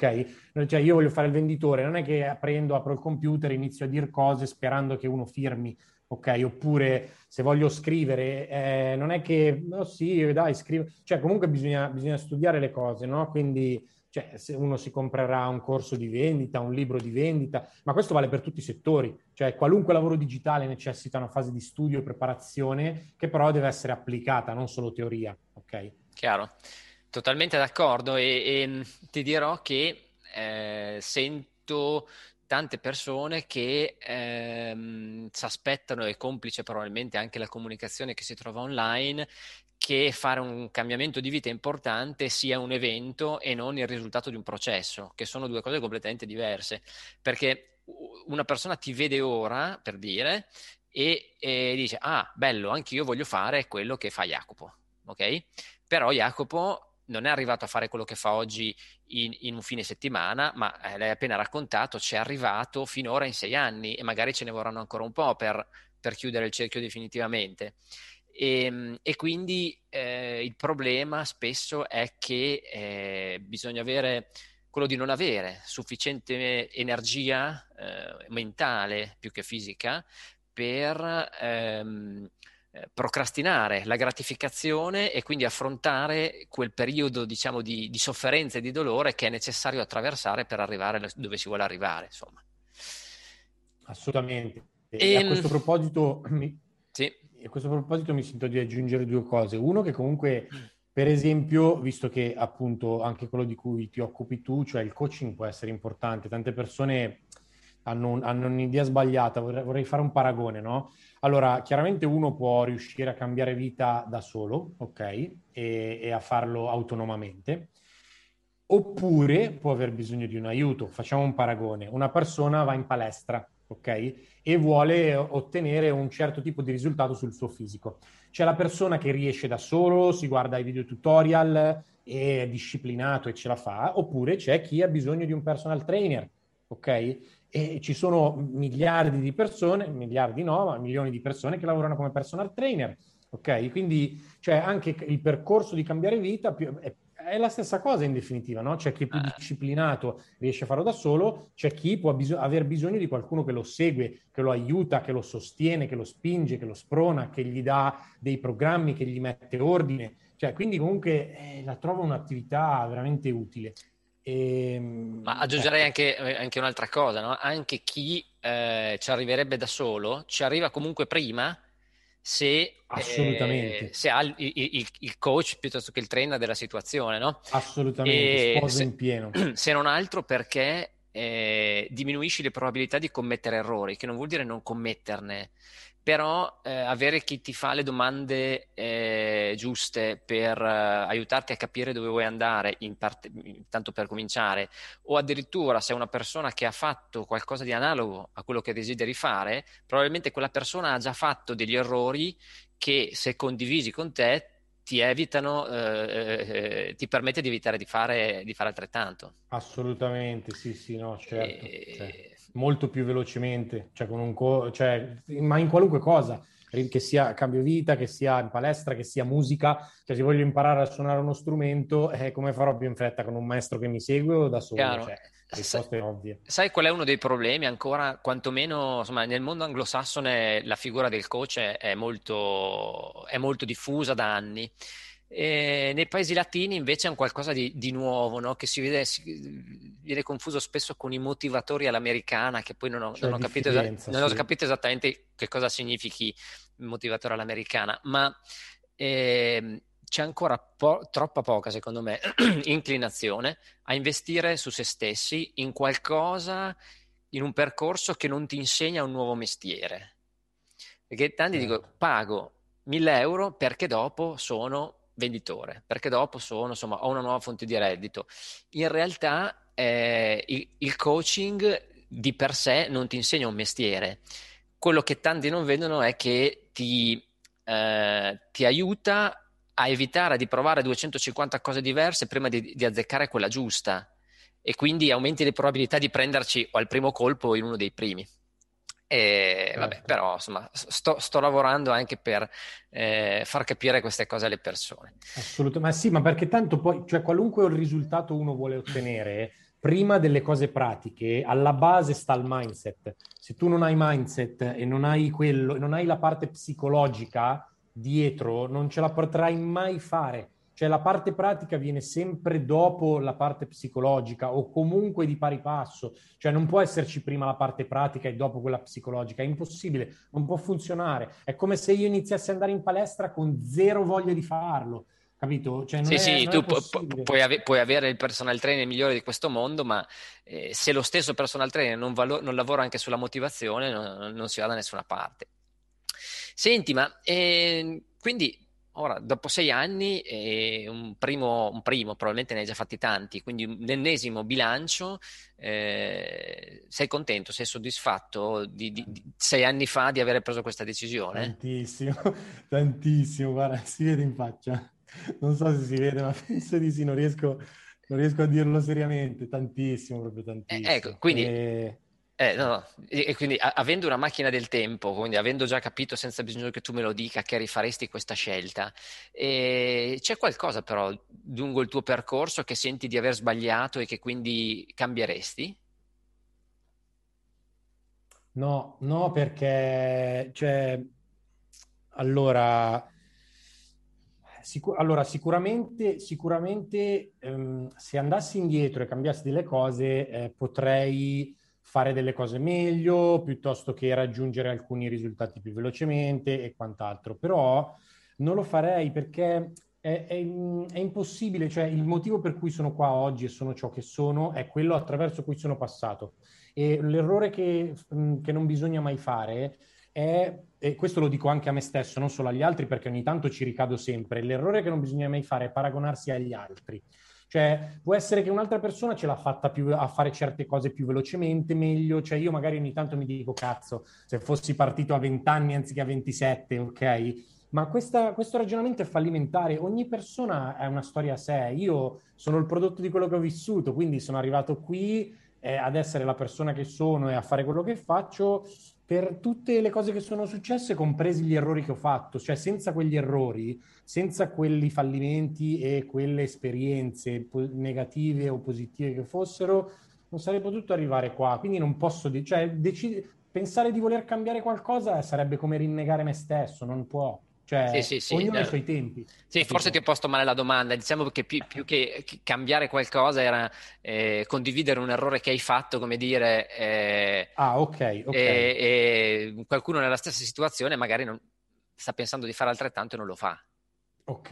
ok? Cioè, io voglio fare il venditore, non è che prendo, apro il computer, inizio a dire cose sperando che uno firmi. Ok, oppure se voglio scrivere, eh, non è che, no, sì, dai, scrivo, cioè comunque bisogna, bisogna studiare le cose, no? Quindi, cioè, se uno si comprerà un corso di vendita, un libro di vendita, ma questo vale per tutti i settori, cioè qualunque lavoro digitale necessita una fase di studio e preparazione che però deve essere applicata, non solo teoria, ok? Chiaro, totalmente d'accordo e, e, mh, ti dirò che eh, sento tante persone che ehm, si aspettano, e complice probabilmente anche la comunicazione che si trova online, che fare un cambiamento di vita importante sia un evento e non il risultato di un processo, che sono due cose completamente diverse, perché u- una persona ti vede ora, per dire, e, e dice, ah, bello, anche io voglio fare quello che fa Jacopo, ok? Però Jacopo non è arrivato a fare quello che fa oggi in, in un fine settimana, ma eh, l'hai appena raccontato, ci è arrivato finora in sei anni e magari ce ne vorranno ancora un po' per, per chiudere il cerchio definitivamente. E, e quindi eh, il problema spesso è che eh, bisogna avere quello di non avere sufficiente energia eh, mentale più che fisica per ehm, eh, procrastinare la gratificazione e quindi affrontare quel periodo, diciamo, di, di sofferenza e di dolore che è necessario attraversare per arrivare dove si vuole arrivare, insomma. Assolutamente. E a E, questo proposito mi, sì, a questo proposito mi sento di aggiungere due cose. Uno che comunque, per esempio, visto che appunto anche quello di cui ti occupi tu, cioè il coaching può essere importante. Tante persone hanno, un- hanno un'idea sbagliata. Vorrei, vorrei fare un paragone, no? Allora, chiaramente uno può riuscire a cambiare vita da solo, ok? E, e a farlo autonomamente. Oppure può aver bisogno di un aiuto. Facciamo un paragone. Una persona va in palestra, ok? E vuole ottenere un certo tipo di risultato sul suo fisico. C'è la persona che riesce da solo, si guarda i video tutorial, è disciplinato e ce la fa, oppure c'è chi ha bisogno di un personal trainer. ok? E ci sono miliardi di persone, miliardi no, ma milioni di persone che lavorano come personal trainer, ok? Quindi cioè, anche il percorso di cambiare vita più, è, è la stessa cosa in definitiva, no? C'è chi è più Ah, disciplinato, riesce a farlo da solo, c'è chi può bis- aver bisogno di qualcuno che lo segue, che lo aiuta, che lo sostiene, che lo spinge, che lo sprona, che gli dà dei programmi, che gli mette ordine. Cioè, quindi comunque eh, la trovo un'attività veramente utile. E, ma aggiungerei ecco, anche, eh, anche un'altra cosa, no? Anche chi eh, ci arriverebbe da solo, ci arriva comunque prima se, eh, assolutamente, se ha il, il- il coach piuttosto che il trainer della situazione, no? assolutamente, E sposo se, in pieno. se non altro perché eh, diminuisci le probabilità di commettere errori, che non vuol dire non commetterne, però eh, avere chi ti fa le domande eh, giuste per eh, aiutarti a capire dove vuoi andare, in parte, tanto per cominciare, o addirittura se è una persona che ha fatto qualcosa di analogo a quello che desideri fare, probabilmente quella persona ha già fatto degli errori che se condivisi con te ti evitano, eh, eh, ti permette di evitare di fare, di fare altrettanto. Assolutamente, sì, sì, no, certo, cioè, E... molto più velocemente, cioè, con un co- cioè, ma in qualunque cosa, che sia cambio vita, che sia in palestra, che sia musica, cioè se voglio imparare a suonare uno strumento, eh, come farò più in fretta con un maestro che mi segue o da solo? Chiaro. Cioè, la Sa- risposta è ovvia. Sai qual è uno dei problemi ancora, quantomeno, insomma, nel mondo anglosassone la figura del coach è, è molto, è molto diffusa da anni. E nei paesi latini invece è un qualcosa di, di nuovo, no? Che si vede, si- viene confuso spesso con i motivatori all'americana, che poi non ho, non C'è ho capito, esa- differenza, non ho sì, capito esattamente che cosa significhi motivatore all'americana, ma ehm, c'è ancora po- troppa poca, secondo me, inclinazione a investire su se stessi in qualcosa, in un percorso che non ti insegna un nuovo mestiere. Perché tanti certo. dico, pago mille euro perché dopo sono venditore, perché dopo sono, insomma, ho una nuova fonte di reddito. In realtà eh, il, il coaching di per sé non ti insegna un mestiere. Quello che tanti non vedono è che ti, eh, ti aiuta a evitare di provare duecentocinquanta cose diverse prima di, di azzeccare quella giusta e quindi aumenti le probabilità di prenderci o al primo colpo o in uno dei primi. E vabbè, Certo. però insomma, sto, sto lavorando anche per eh, far capire queste cose alle persone. Assolutamente, ma sì, ma perché tanto poi, cioè qualunque risultato uno vuole ottenere, prima delle cose pratiche, alla base sta il mindset. Se tu non hai mindset e non hai quello, non hai la parte psicologica dietro, non ce la potrai mai fare. Cioè la parte pratica viene sempre dopo la parte psicologica o comunque di pari passo. Cioè non può esserci prima la parte pratica e dopo quella psicologica. È impossibile, non può funzionare. È come se io iniziassi ad andare in palestra con zero voglia di farlo, capito? Cioè, non Sì, è, sì, non è tu pu- pu- possibile. puoi, ave- puoi avere il personal trainer migliore di questo mondo, ma eh, se lo stesso personal trainer non, valo- non lavora anche sulla motivazione, non, non si va da nessuna parte. Senti, ma ehm, quindi ora, dopo sei anni, eh, un primo, un primo, probabilmente ne hai già fatti tanti, quindi un ennesimo bilancio, eh, sei contento, sei soddisfatto di, di- di sei anni fa di aver preso questa decisione? Tantissimo, tantissimo, guarda, si vede in faccia. Non so se si vede, ma penso di sì, non riesco, non riesco a dirlo seriamente. Tantissimo, proprio Eh, ecco, tantissimo. quindi, E... eh, no, no. E, e quindi a- avendo una macchina del tempo, quindi avendo già capito senza bisogno che tu me lo dica che rifaresti questa scelta, eh, c'è qualcosa però lungo il tuo percorso che senti di aver sbagliato e che quindi cambieresti? No, no, perché, cioè, allora, sicu- allora, sicuramente, sicuramente ehm, se andassi indietro e cambiassi delle cose, eh, potrei fare delle cose meglio piuttosto che raggiungere alcuni risultati più velocemente e quant'altro. Però non lo farei perché è, è- è impossibile, cioè il motivo per cui sono qua oggi e sono ciò che sono è quello attraverso cui sono passato. E l'errore che, mh, che non bisogna mai fare è, e questo lo dico anche a me stesso, non solo agli altri, perché ogni tanto ci ricado sempre, l'errore che non bisogna mai fare è paragonarsi agli altri. Cioè, può essere che un'altra persona ce l'ha fatta più, a fare certe cose più velocemente, meglio. Cioè, io magari ogni tanto mi dico, cazzo, se fossi partito a venti anni anziché a ventisette, ok? Ma questa, questo ragionamento è fallimentare. Ogni persona è una storia a sé. Io sono il prodotto di quello che ho vissuto, quindi sono arrivato qui eh, ad essere la persona che sono e a fare quello che faccio per tutte le cose che sono successe, compresi gli errori che ho fatto. Cioè, senza quegli errori, senza quelli fallimenti e quelle esperienze po- negative o positive che fossero, non sarei potuto arrivare qua. Quindi non posso, di- cioè, deci- pensare di voler cambiare qualcosa sarebbe come rinnegare me stesso, non può. Sì, Cioè, sì, sì. ognuno ha i No. suoi tempi, Sì, forse ti ho capito? posto male la domanda. Diciamo che più, più che che cambiare qualcosa era eh, condividere un errore che hai fatto, come dire, eh, Ah, ok, ok, e, e qualcuno nella stessa situazione magari non, sta pensando di fare altrettanto e non lo fa. ok.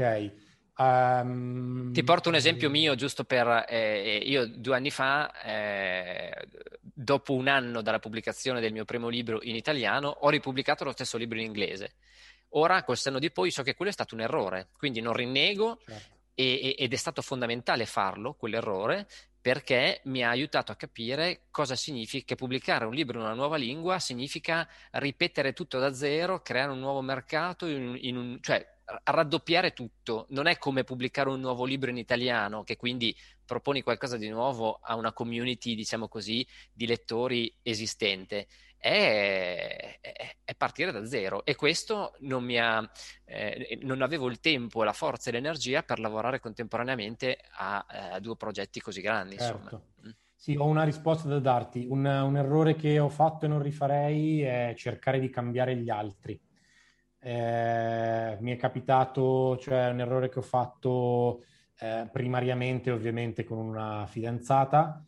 Ti Ehm, porto un esempio mio, giusto per... eh, io due anni fa, eh, dopo un anno dalla pubblicazione del mio primo libro in italiano, ho ripubblicato lo stesso libro in inglese. Ora, col senno di poi, so che quello è stato un errore, quindi non rinnego certo, e- e- ed è stato fondamentale farlo, quell'errore, perché mi ha aiutato a capire cosa significa che pubblicare un libro in una nuova lingua significa ripetere tutto da zero, creare un nuovo mercato, in, in un, cioè raddoppiare tutto. Non è come pubblicare un nuovo libro in italiano, che quindi proponi qualcosa di nuovo a una community, diciamo così, di lettori esistente. È, è, è partire da zero e questo non mi ha, eh, non avevo il tempo, la forza e l'energia per lavorare contemporaneamente a, a due progetti così grandi, insomma. certo. Mm. Sì, ho una risposta da darti. Un, un errore che ho fatto e non rifarei è cercare di cambiare gli altri. Eh, mi è capitato, cioè un errore che ho fatto eh, primariamente ovviamente con una fidanzata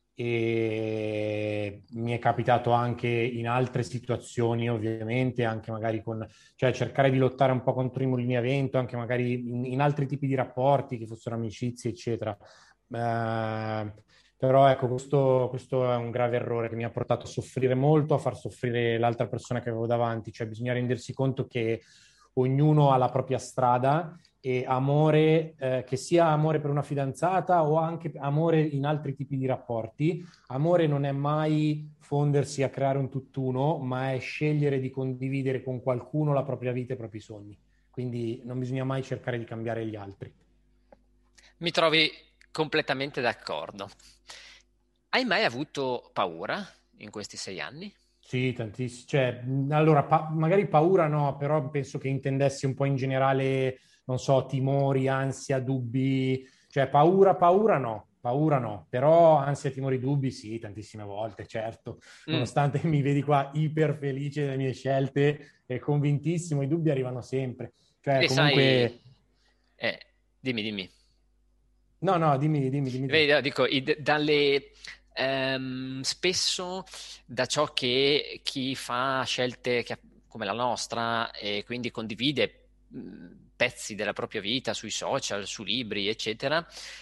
e mi è capitato anche in altre situazioni ovviamente, anche magari con, cioè cercare di lottare un po' contro i mulini a vento, anche magari in, in altri tipi di rapporti, che fossero amicizie, eccetera. Eh, però ecco, questo, questo è un grave errore che mi ha portato a soffrire molto, a far soffrire l'altra persona che avevo davanti, cioè bisogna rendersi conto che ognuno ha la propria strada e amore, eh, che sia amore per una fidanzata o anche amore in altri tipi di rapporti, amore non è mai fondersi a creare un tutt'uno, ma è scegliere di condividere con qualcuno la propria vita e i propri sogni. Quindi non bisogna mai cercare di cambiare gli altri. Mi trovi completamente d'accordo. Hai mai avuto paura in questi sei anni? Sì, tantissimo. Cioè, mh, allora, pa- magari paura no, però penso che intendessi un po' in generale, non so, timori, ansia, dubbi. Cioè, paura, paura no, paura no. Però ansia, timori, dubbi sì, tantissime volte, certo. Mm. Nonostante mi vedi qua iper felice delle mie scelte e convintissimo, i dubbi arrivano sempre. Cioè, E sai, comunque... eh, dimmi, dimmi. No, no, dimmi, dimmi, dimmi tu. Vedi, no, dico, i- d- dalle, ehm, spesso da ciò che chi fa scelte che- come la nostra e quindi condivide mh, pezzi della propria vita sui social, su libri, eccetera,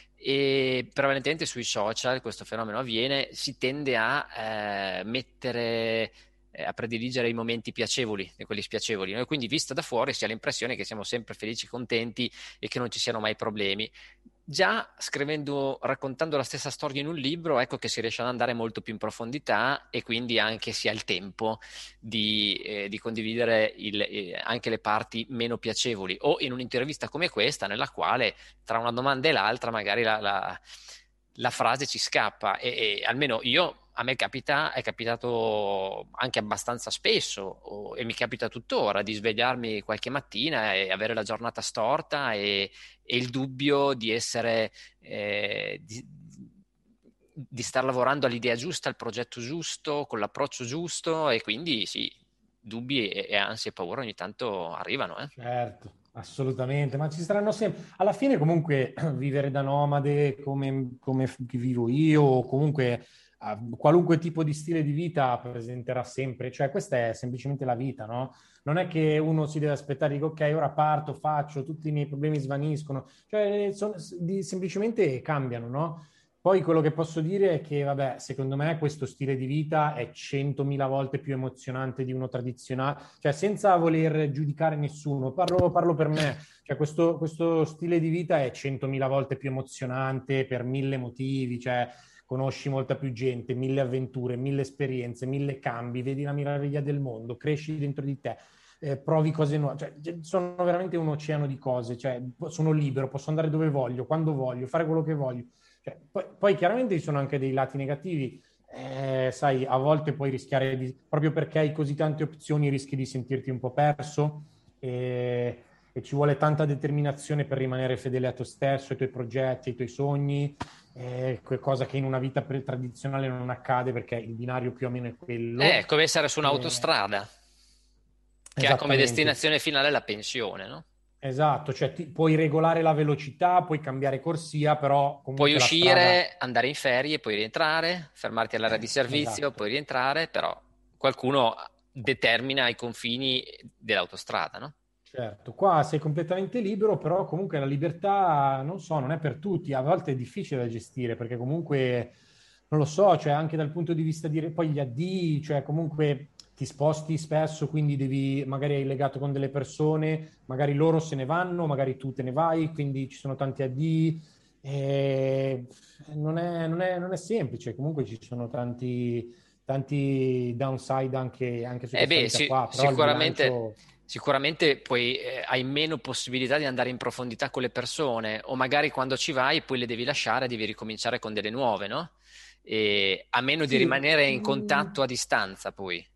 e prevalentemente sui social questo fenomeno avviene, si tende a eh, mettere, eh, a prediligere i momenti piacevoli e quelli spiacevoli, no? E quindi vista da fuori si ha l'impressione che siamo sempre felici, contenti e che non ci siano mai problemi. Già scrivendo, raccontando la stessa storia in un libro, ecco che si riesce ad andare molto più in profondità e quindi anche si ha il tempo di, eh, di condividere il- eh, anche le parti meno piacevoli o in un'intervista come questa, nella quale tra una domanda e l'altra magari la, la- la frase ci scappa e, e almeno io. A me capita, è capitato anche abbastanza spesso o- e mi capita tuttora di svegliarmi qualche mattina e avere la giornata storta e, e il dubbio di essere, eh, di, di star lavorando all'idea giusta, al progetto giusto, con l'approccio giusto e quindi sì, dubbi e, e ansie e paura ogni tanto arrivano, eh. Certo, assolutamente, ma ci saranno sempre. Alla fine comunque vivere da nomade come, come f- vivo io, o comunque ah, qualunque tipo di stile di vita presenterà sempre, cioè questa è semplicemente la vita, no? Non è che uno si deve aspettare, dico ok, ora parto, faccio, tutti i miei problemi svaniscono, cioè son- di- semplicemente cambiano, no? Poi quello che posso dire è che, vabbè, secondo me questo stile di vita è centomila volte più emozionante di uno tradizionale, cioè senza voler giudicare nessuno, parlo, parlo per me, cioè questo, questo stile di vita è centomila volte più emozionante per mille motivi, cioè conosci molta più gente, mille avventure, mille esperienze, mille cambi, vedi la meraviglia del mondo, cresci dentro di te. Eh, provi cose nuove, cioè, sono veramente un oceano di cose, cioè, sono libero, posso andare dove voglio, quando voglio, fare quello che voglio. Cioè, poi, poi chiaramente ci sono anche dei lati negativi, eh, sai, a volte puoi rischiare di, proprio perché hai così tante opzioni, rischi di sentirti un po' perso e, e ci vuole tanta determinazione per rimanere fedele a te stesso, ai tuoi progetti, ai tuoi sogni, eh, cosa che in una vita pre- tradizionale non accade perché il binario più o meno è È quello. come essere su Eh, un'autostrada, che ha come esattamente. destinazione finale la pensione, no? Esatto, cioè ti, puoi regolare la velocità, puoi cambiare corsia, però Puoi comunque la strada... uscire, andare in ferie, poi rientrare, fermarti all'area di servizio, Esatto. poi rientrare, però qualcuno determina i confini dell'autostrada, no? Certo, qua sei completamente libero, però comunque la libertà, non so, non è per tutti, a volte è difficile da gestire perché comunque, non lo so, cioè anche dal punto di vista di, poi gli addii, cioè comunque ti sposti spesso, quindi devi, magari hai legato con delle persone, magari loro se ne vanno, magari tu te ne vai, quindi ci sono tanti addii, e non è, non è- non è semplice, comunque ci sono tanti, tanti downside anche, anche su Eh questa beh, vita si- qua, però il sicuramente, bilancio... sicuramente poi eh, hai meno possibilità di andare in profondità con le persone, o magari quando ci vai poi le devi lasciare, devi ricominciare con delle nuove, no? E a meno di Sì, rimanere in mm, contatto a distanza, poi.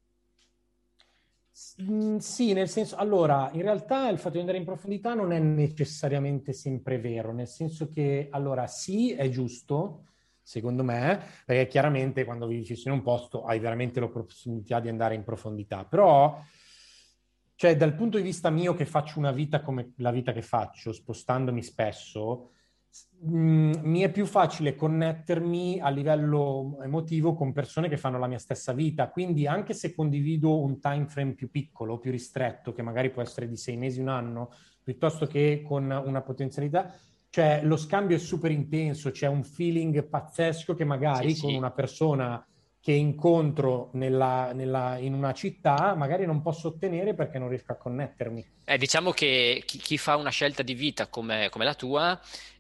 s- mm, sì, nel senso, allora, in realtà il fatto di andare in profondità non è necessariamente sempre vero, nel senso che, allora, sì, è giusto, secondo me, perché chiaramente quando vivi in un posto hai veramente l'opportunità di andare in profondità, però, cioè, dal punto di vista mio che faccio una vita come la vita che faccio, spostandomi spesso, Mm, mi è più facile connettermi a livello emotivo con persone che fanno la mia stessa vita, quindi anche se condivido un time frame più piccolo, più ristretto, che magari può essere di sei mesi, un anno, piuttosto che con una potenzialità, cioè lo scambio è super intenso, c'è un feeling pazzesco che Sì, magari con sì. una persona che incontro nella, nella, in una città magari non posso ottenere perché non riesco a connettermi. Eh, diciamo che chi, chi fa una scelta di vita come, come la tua,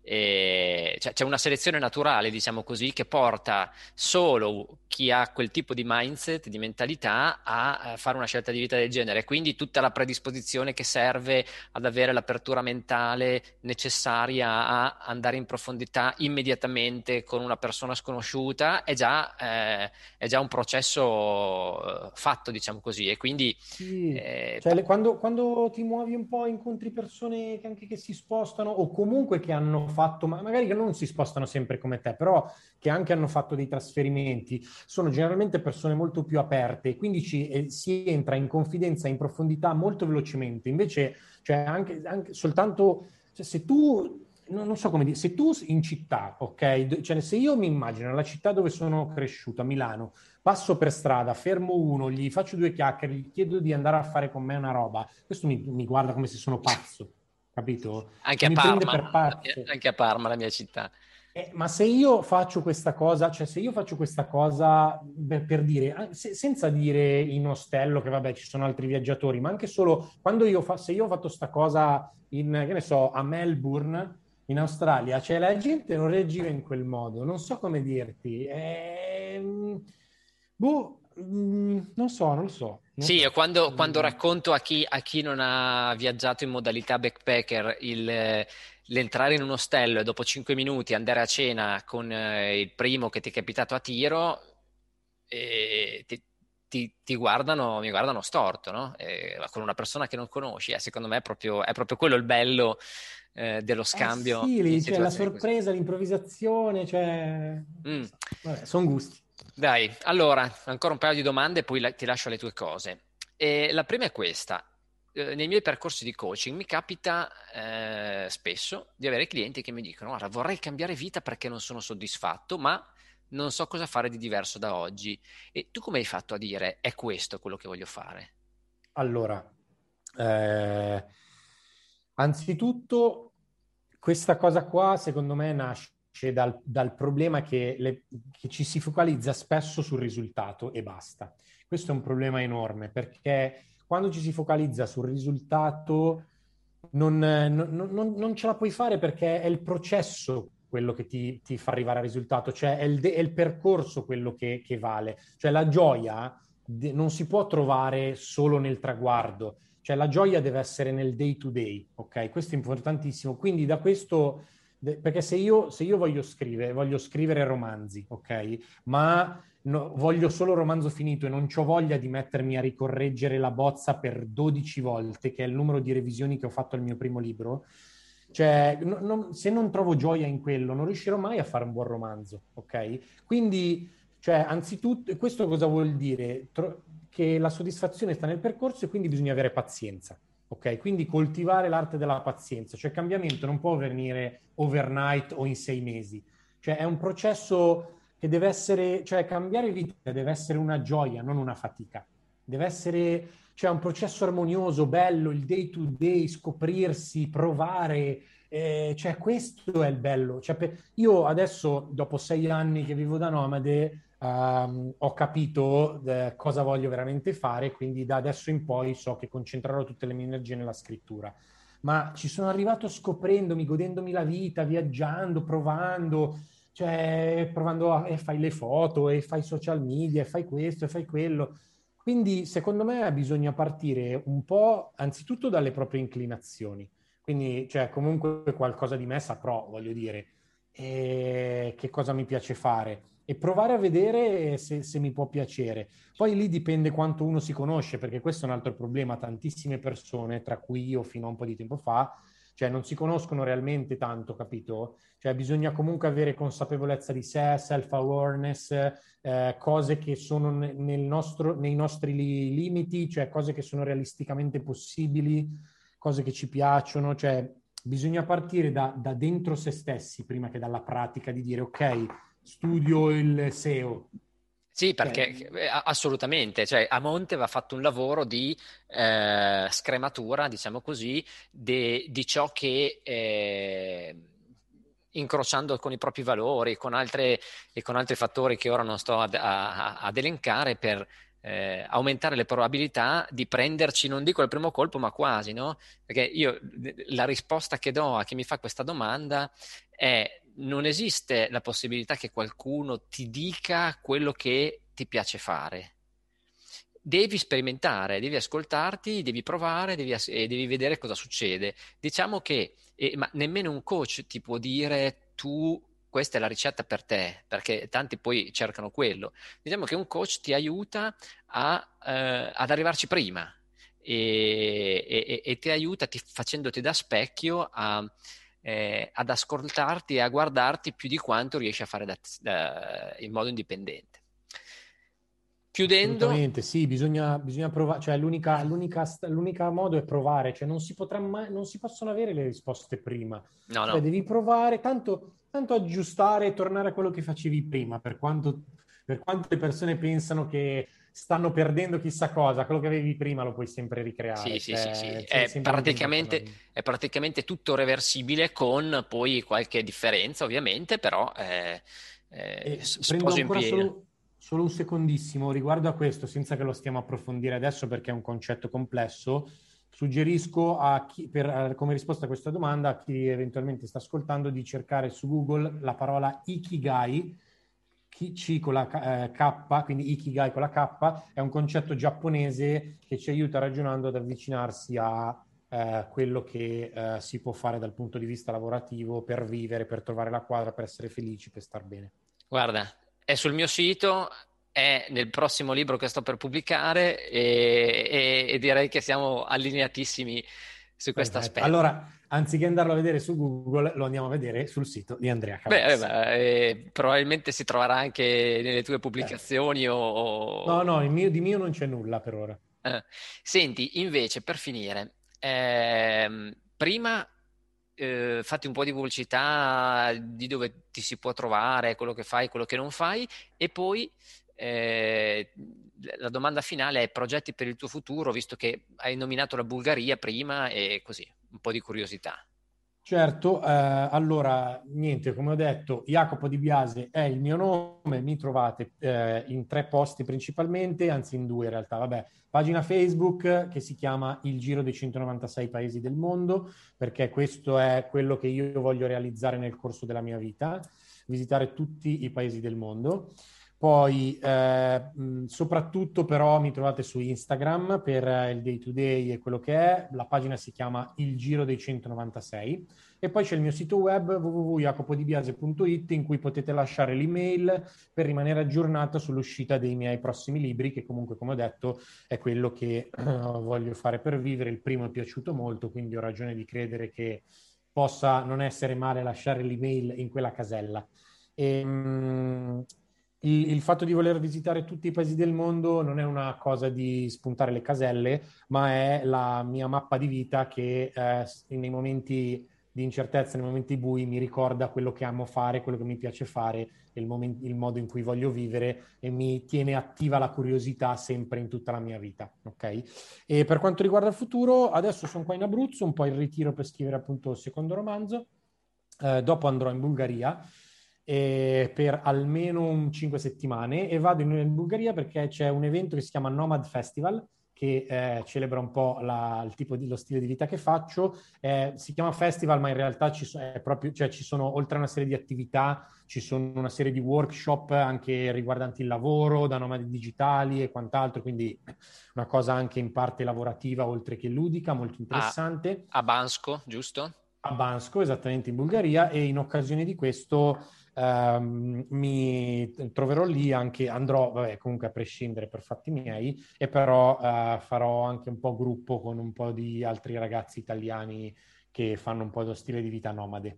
eh, cioè, c'è una selezione naturale, diciamo così, che porta solo chi ha quel tipo di mindset, di mentalità, a, a fare una scelta di vita del genere. Quindi tutta la predisposizione che serve ad avere l'apertura mentale necessaria a andare in profondità immediatamente con una persona sconosciuta è già, eh, è già un processo eh, fatto, diciamo così. E quindi Sì, eh, cioè le- quando, quando ti muovi un po' incontri persone che anche che si spostano o comunque che hanno fatto, ma magari che non si spostano sempre come te, però che anche hanno fatto dei trasferimenti, sono generalmente persone molto più aperte, quindi ci, eh, si entra in confidenza, in profondità molto velocemente. Invece, cioè anche, anche soltanto, cioè, se tu, non, non so come dire, se tu in città, ok, cioè se io mi immagino la città dove sono cresciuto, a Milano, passo per strada, fermo uno, gli faccio due chiacchiere, gli chiedo di andare a fare con me una roba. Questo mi, mi guarda come se sono pazzo, capito? anche Cioè a mi prende Parma, per la mia- pazzo. anche a Parma, la mia città. Eh, ma se io faccio questa cosa, cioè se io faccio questa cosa per, per dire, an- se- senza dire in ostello che vabbè ci sono altri viaggiatori, ma anche solo quando io fa, se io ho fatto sta cosa in, che ne so, a Melbourne, in Australia, cioè la gente non reagiva in quel modo, non so come dirti. Ehm, boh, mm, non so, non lo so, non Sì, io so. quando, quando Mm, racconto a chi, a chi non ha viaggiato in modalità backpacker il, eh, l'entrare in un ostello e dopo cinque minuti andare a cena con eh, il primo che ti è capitato a tiro, eh, ti, ti- ti guardano, mi guardano storto, no? Eh, con una persona che non conosci, eh, secondo me è proprio, è proprio quello il bello eh, dello eh scambio sì, in lì c'è la situazioni così. sorpresa, l'improvvisazione, cioè... non Mm. so. Vabbè, sono gusti. Dai, allora, ancora un paio di domande e poi la- ti lascio le tue cose. E la prima è questa. Eh, nei miei percorsi di coaching mi capita eh, spesso di avere clienti che mi dicono: Guarda, vorrei cambiare vita perché non sono soddisfatto, ma non so cosa fare di diverso da oggi. E tu come hai fatto a dire è questo quello che voglio fare? Allora, eh, anzitutto, questa cosa qua, secondo me, nasce dal, dal problema che, le- che ci si focalizza spesso sul risultato e basta. Questo è un problema enorme perché quando ci si focalizza sul risultato non, non- non- non ce la puoi fare perché è il processo quello che ti, ti fa arrivare al risultato, cioè è il, de- è il percorso quello che, che vale. Cioè la gioia de- non si può trovare solo nel traguardo, cioè la gioia deve essere nel day to day, ok? Questo è importantissimo. Quindi da questo De- perché se io, se io voglio scrivere, voglio scrivere romanzi, ok? Ma no- voglio solo romanzo finito e non c'ho voglia di mettermi a ricorreggere la bozza per dodici volte, che è il numero di revisioni che ho fatto al mio primo libro. Cioè, no- non- se non trovo gioia in quello, non riuscirò mai a fare un buon romanzo, ok? Quindi, cioè, anzitutto, questo cosa vuol dire? Tro- che la soddisfazione sta nel percorso e quindi bisogna avere pazienza. Ok, quindi coltivare l'arte della pazienza, cioè il cambiamento non può avvenire overnight o in sei mesi, cioè è un processo che deve essere, cioè cambiare vita deve essere una gioia, non una fatica, deve essere, cioè un processo armonioso, bello, il day to day, scoprirsi, provare, eh, cioè questo è il bello. Cioè, per, io adesso, dopo sei anni che vivo da nomade, Um, ho capito eh, cosa voglio veramente fare, quindi da adesso in poi so che concentrerò tutte le mie energie nella scrittura. Ma ci sono arrivato scoprendomi, godendomi la vita, viaggiando, provando, cioè provando a e fai le foto e fai social media e fai questo e fai quello. Quindi secondo me bisogna partire un po' anzitutto dalle proprie inclinazioni. Quindi, cioè, comunque qualcosa di me saprò, voglio dire, e che cosa mi piace fare e provare a vedere se, se mi può piacere. Poi lì dipende quanto uno si conosce, perché questo è un altro problema. Tantissime persone, tra cui io fino a un po' di tempo fa, cioè non si conoscono realmente tanto, capito? Cioè bisogna comunque avere consapevolezza di sé, self-awareness, eh, cose che sono nel nostro, nei nostri li- limiti, cioè cose che sono realisticamente possibili, cose che ci piacciono, cioè bisogna partire da, da dentro se stessi prima che dalla pratica di dire ok, studio il S E O. Sì, Cioè, perché eh, a- assolutamente, cioè a monte va fatto un lavoro di eh, scrematura, diciamo così, de- di ciò che eh, incrociando con i propri valori, con altre, e con altri fattori che ora non sto ad, a- ad elencare per eh, aumentare le probabilità di prenderci, non dico al primo colpo, ma quasi, no? Perché io la risposta che do a chi mi fa questa domanda è: non esiste la possibilità che qualcuno ti dica quello che ti piace fare. Devi sperimentare, devi ascoltarti, devi provare, devi, ass- e devi vedere cosa succede. Diciamo che, eh, ma nemmeno un coach ti può dire tu questa è la ricetta per te, perché tanti poi cercano quello. Diciamo che un coach ti aiuta a, eh, ad arrivarci prima e, e- e ti aiuta ti- facendoti da specchio a, eh, ad ascoltarti e a guardarti più di quanto riesci a fare da- da- in modo indipendente. Chiudendo, assolutamente, sì, bisogna, bisogna provare, cioè l'unica, l'unica, l'unica modo è provare, cioè non si potrà mai, non si possono avere le risposte prima, no, cioè no, devi provare, tanto, tanto aggiustare e tornare a quello che facevi prima, per quanto, per quanto le persone pensano che stanno perdendo chissà cosa, quello che avevi prima lo puoi sempre sì, ricreare, sì, sì, sì, cioè c'è è sempre un tempo per praticamente, ogni. è praticamente tutto reversibile con poi qualche differenza, ovviamente, però eh, eh, E s- prendo sposo in ancora pieno. solo, solo un secondissimo riguardo a questo, senza che lo stiamo a approfondire adesso perché è un concetto complesso. Suggerisco a chi, per, eh, come risposta a questa domanda, a chi eventualmente sta ascoltando, di cercare su Google la parola Ikigai, chi, C con la eh, K, quindi Ikigai con la K, è un concetto giapponese che ci aiuta ragionando ad avvicinarsi a eh, quello che eh, si può fare dal punto di vista lavorativo per vivere, per trovare la quadra, per essere felici, per star bene. Guarda, è sul mio sito, è nel prossimo libro che sto per pubblicare e, e- e direi che siamo allineatissimi su questo Perfetto. aspetto. Allora, anziché andarlo a vedere su Google, lo andiamo a vedere sul sito di Andrea Beh, eh, Cavazzi. beh, eh, probabilmente si troverà anche nelle tue Certo. pubblicazioni o, No, o- no, il mio- di mio non c'è nulla per ora. eh. Senti, invece, per finire, ehm, prima eh, fatti un po' di pubblicità di dove ti si può trovare, quello che fai, quello che non fai, e poi eh, la domanda finale è progetti per il tuo futuro, visto che hai nominato la Bulgaria prima e così, un po' di curiosità. Certo, eh, allora, niente, come ho detto, Jacopo Di Biase è il mio nome, mi trovate eh, in tre posti principalmente, anzi in due in realtà, vabbè, pagina Facebook che si chiama Il Giro dei centonovantasei Paesi del Mondo, perché questo è quello che io voglio realizzare nel corso della mia vita, visitare tutti i paesi del mondo. Poi, eh, mh, soprattutto però mi trovate su Instagram per eh, il day to day e quello che è. La pagina si chiama Il Giro dei centonovantasei. E poi c'è il mio sito web w w w punto jacopodibiase punto i t in cui potete lasciare l'email per rimanere aggiornata sull'uscita dei miei prossimi libri, che comunque, come ho detto, è quello che eh, voglio fare per vivere. Il primo è piaciuto molto, quindi ho ragione di credere che possa non essere male lasciare l'email in quella casella. E, mh, il, il fatto di voler visitare tutti i paesi del mondo non è una cosa di spuntare le caselle, ma è la mia mappa di vita che eh, nei momenti di incertezza, nei momenti bui, mi ricorda quello che amo fare, quello che mi piace fare, il, momento, il modo in cui voglio vivere e mi tiene attiva la curiosità sempre in tutta la mia vita. Ok? E per quanto riguarda il futuro, adesso sono qua in Abruzzo, un po' in ritiro per scrivere appunto il secondo romanzo. Eh, dopo andrò in Bulgaria eh, per almeno un cinque settimane e vado in, in Bulgaria perché c'è un evento che si chiama Nomad Festival che eh, celebra un po' la, il tipo di, lo stile di vita che faccio. Eh, si chiama festival, ma in realtà ci, so, è proprio, cioè, ci sono, oltre a una serie di attività, ci sono una serie di workshop anche riguardanti il lavoro, da nomadi digitali e quant'altro, quindi una cosa anche in parte lavorativa oltre che ludica, molto A, interessante. a Bansko, giusto? A Bansko, esattamente in Bulgaria, e in occasione di questo ehm, mi troverò lì anche, andrò, vabbè, comunque a prescindere per fatti miei, e però eh, farò anche un po' gruppo con un po' di altri ragazzi italiani che fanno un po' lo stile di vita nomade.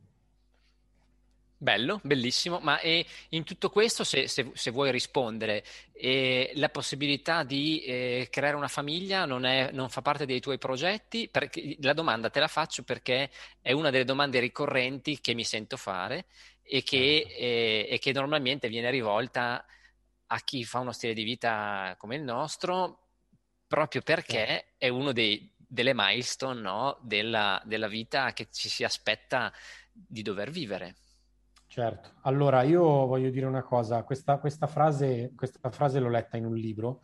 Bello, bellissimo, ma e in tutto questo, se, se- se vuoi rispondere, eh, la possibilità di eh, creare una famiglia non è- non fa parte dei tuoi progetti? Perché, la domanda te la faccio perché è una delle domande ricorrenti che mi sento fare e che, Certo, eh, e che normalmente viene rivolta a chi fa uno stile di vita come il nostro, proprio certo. perché è uno dei- delle milestone, no, della della vita che ci si aspetta di dover vivere. Certo. Allora, io voglio dire una cosa, questa, questa frase, questa frase l'ho letta in un libro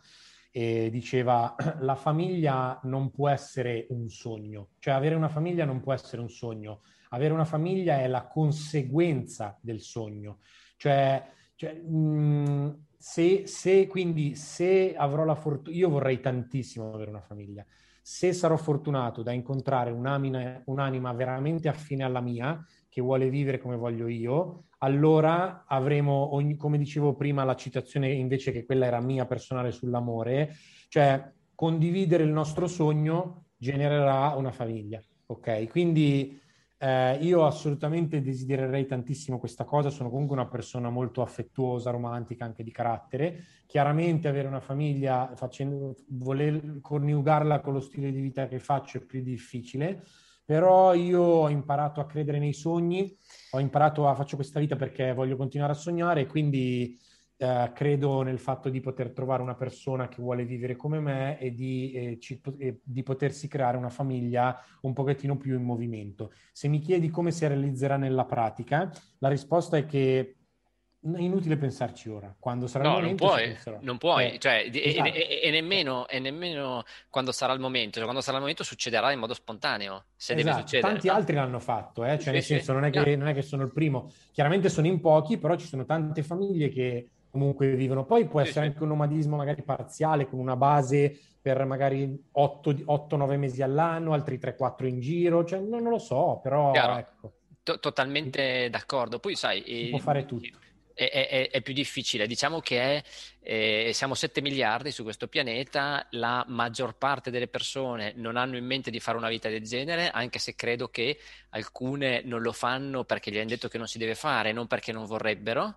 e diceva la famiglia non può essere un sogno, cioè avere una famiglia non può essere un sogno, avere una famiglia è la conseguenza del sogno, cioè, cioè, mh, se, se quindi se avrò la fortuna, io vorrei tantissimo avere una famiglia, se sarò fortunato da incontrare un'anima, un'anima veramente affine alla mia, che vuole vivere come voglio io, allora avremo, ogni, come dicevo prima, la citazione invece che quella era mia personale sull'amore, cioè condividere il nostro sogno genererà una famiglia, ok? Quindi eh, io assolutamente desidererei tantissimo questa cosa, sono comunque una persona molto affettuosa, romantica, anche di carattere. Chiaramente avere una famiglia, facendo, voler coniugarla con lo stile di vita che faccio è più difficile, però io ho imparato a credere nei sogni, ho imparato a faccio questa vita perché voglio continuare a sognare e quindi eh, credo nel fatto di poter trovare una persona che vuole vivere come me e di, eh, ci- e di potersi creare una famiglia un pochettino più in movimento. Se mi chiedi come si realizzerà nella pratica, la risposta è che è inutile pensarci ora. Quando sarà il No, non momento ci puoi, penserò. non puoi, Cioè, cioè, e, esatto. e- e Cioè, nemmeno, e nemmeno quando sarà il momento, cioè, quando sarà il momento succederà in modo spontaneo, se deve esatto, succedere, tanti no? altri l'hanno fatto, eh? Sì, Cioè sì, nel sì, senso non è chiaro. che, non è che sono il primo, chiaramente sono in pochi, però ci sono tante famiglie che comunque vivono. Poi può Sì, essere sì. anche un nomadismo magari parziale, con una base per magari otto nove mesi all'anno, altri tre quattro in giro, cioè non, non lo so, però Chiaro, ecco, To- totalmente d'accordo. Poi sai, si può eh, fare tutto. è, è- è- è più difficile. Diciamo che eh, siamo sette miliardi su questo pianeta, la maggior parte delle persone non hanno in mente di fare una vita del genere, anche se credo che alcune non lo fanno perché gli hanno detto che non si deve fare, non perché non vorrebbero.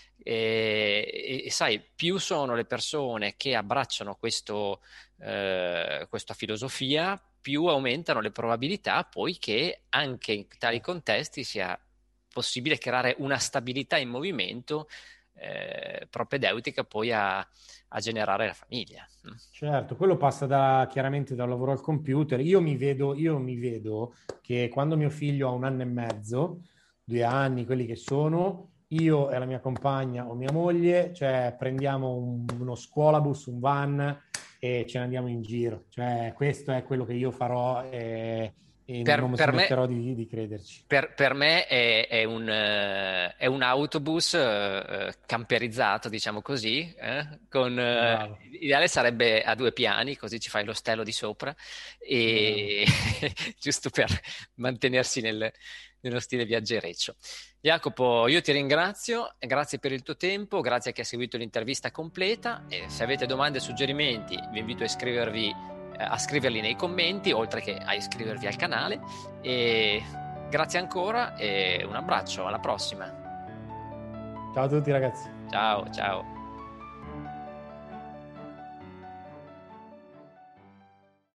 E, e- e sai, più sono le persone che abbracciano questo, eh, questa filosofia, più aumentano le probabilità poi che anche in tali Certo. contesti sia possibile creare una stabilità in movimento eh, propedeutica poi a, a generare la famiglia. Certo, quello passa da, chiaramente dal lavoro al computer. Io mi vedo, io mi vedo che quando mio figlio ha un anno e mezzo, due anni, quelli che sono, io e la mia compagna o mia moglie, cioè prendiamo un- uno scuolabus, un van e ce ne andiamo in giro. Cioè, questo è quello che io farò. eh, e Per, non mi per me, smetterò di, di crederci. per, per me è, è un, eh, è un autobus eh, camperizzato, diciamo così, eh, con, eh, Bravo, ideale sarebbe a due piani, così ci fai lo stelo di sopra, bravo. e giusto per mantenersi nel- nello stile viaggereccio. Jacopo, io ti ringrazio, grazie per il tuo tempo, grazie a chi ha seguito l'intervista completa, e se avete domande o suggerimenti vi invito a iscrivervi, eh, a scriverli nei commenti, oltre che a iscrivervi al canale. E grazie ancora e un abbraccio, alla prossima. Ciao a tutti ragazzi. Ciao, ciao.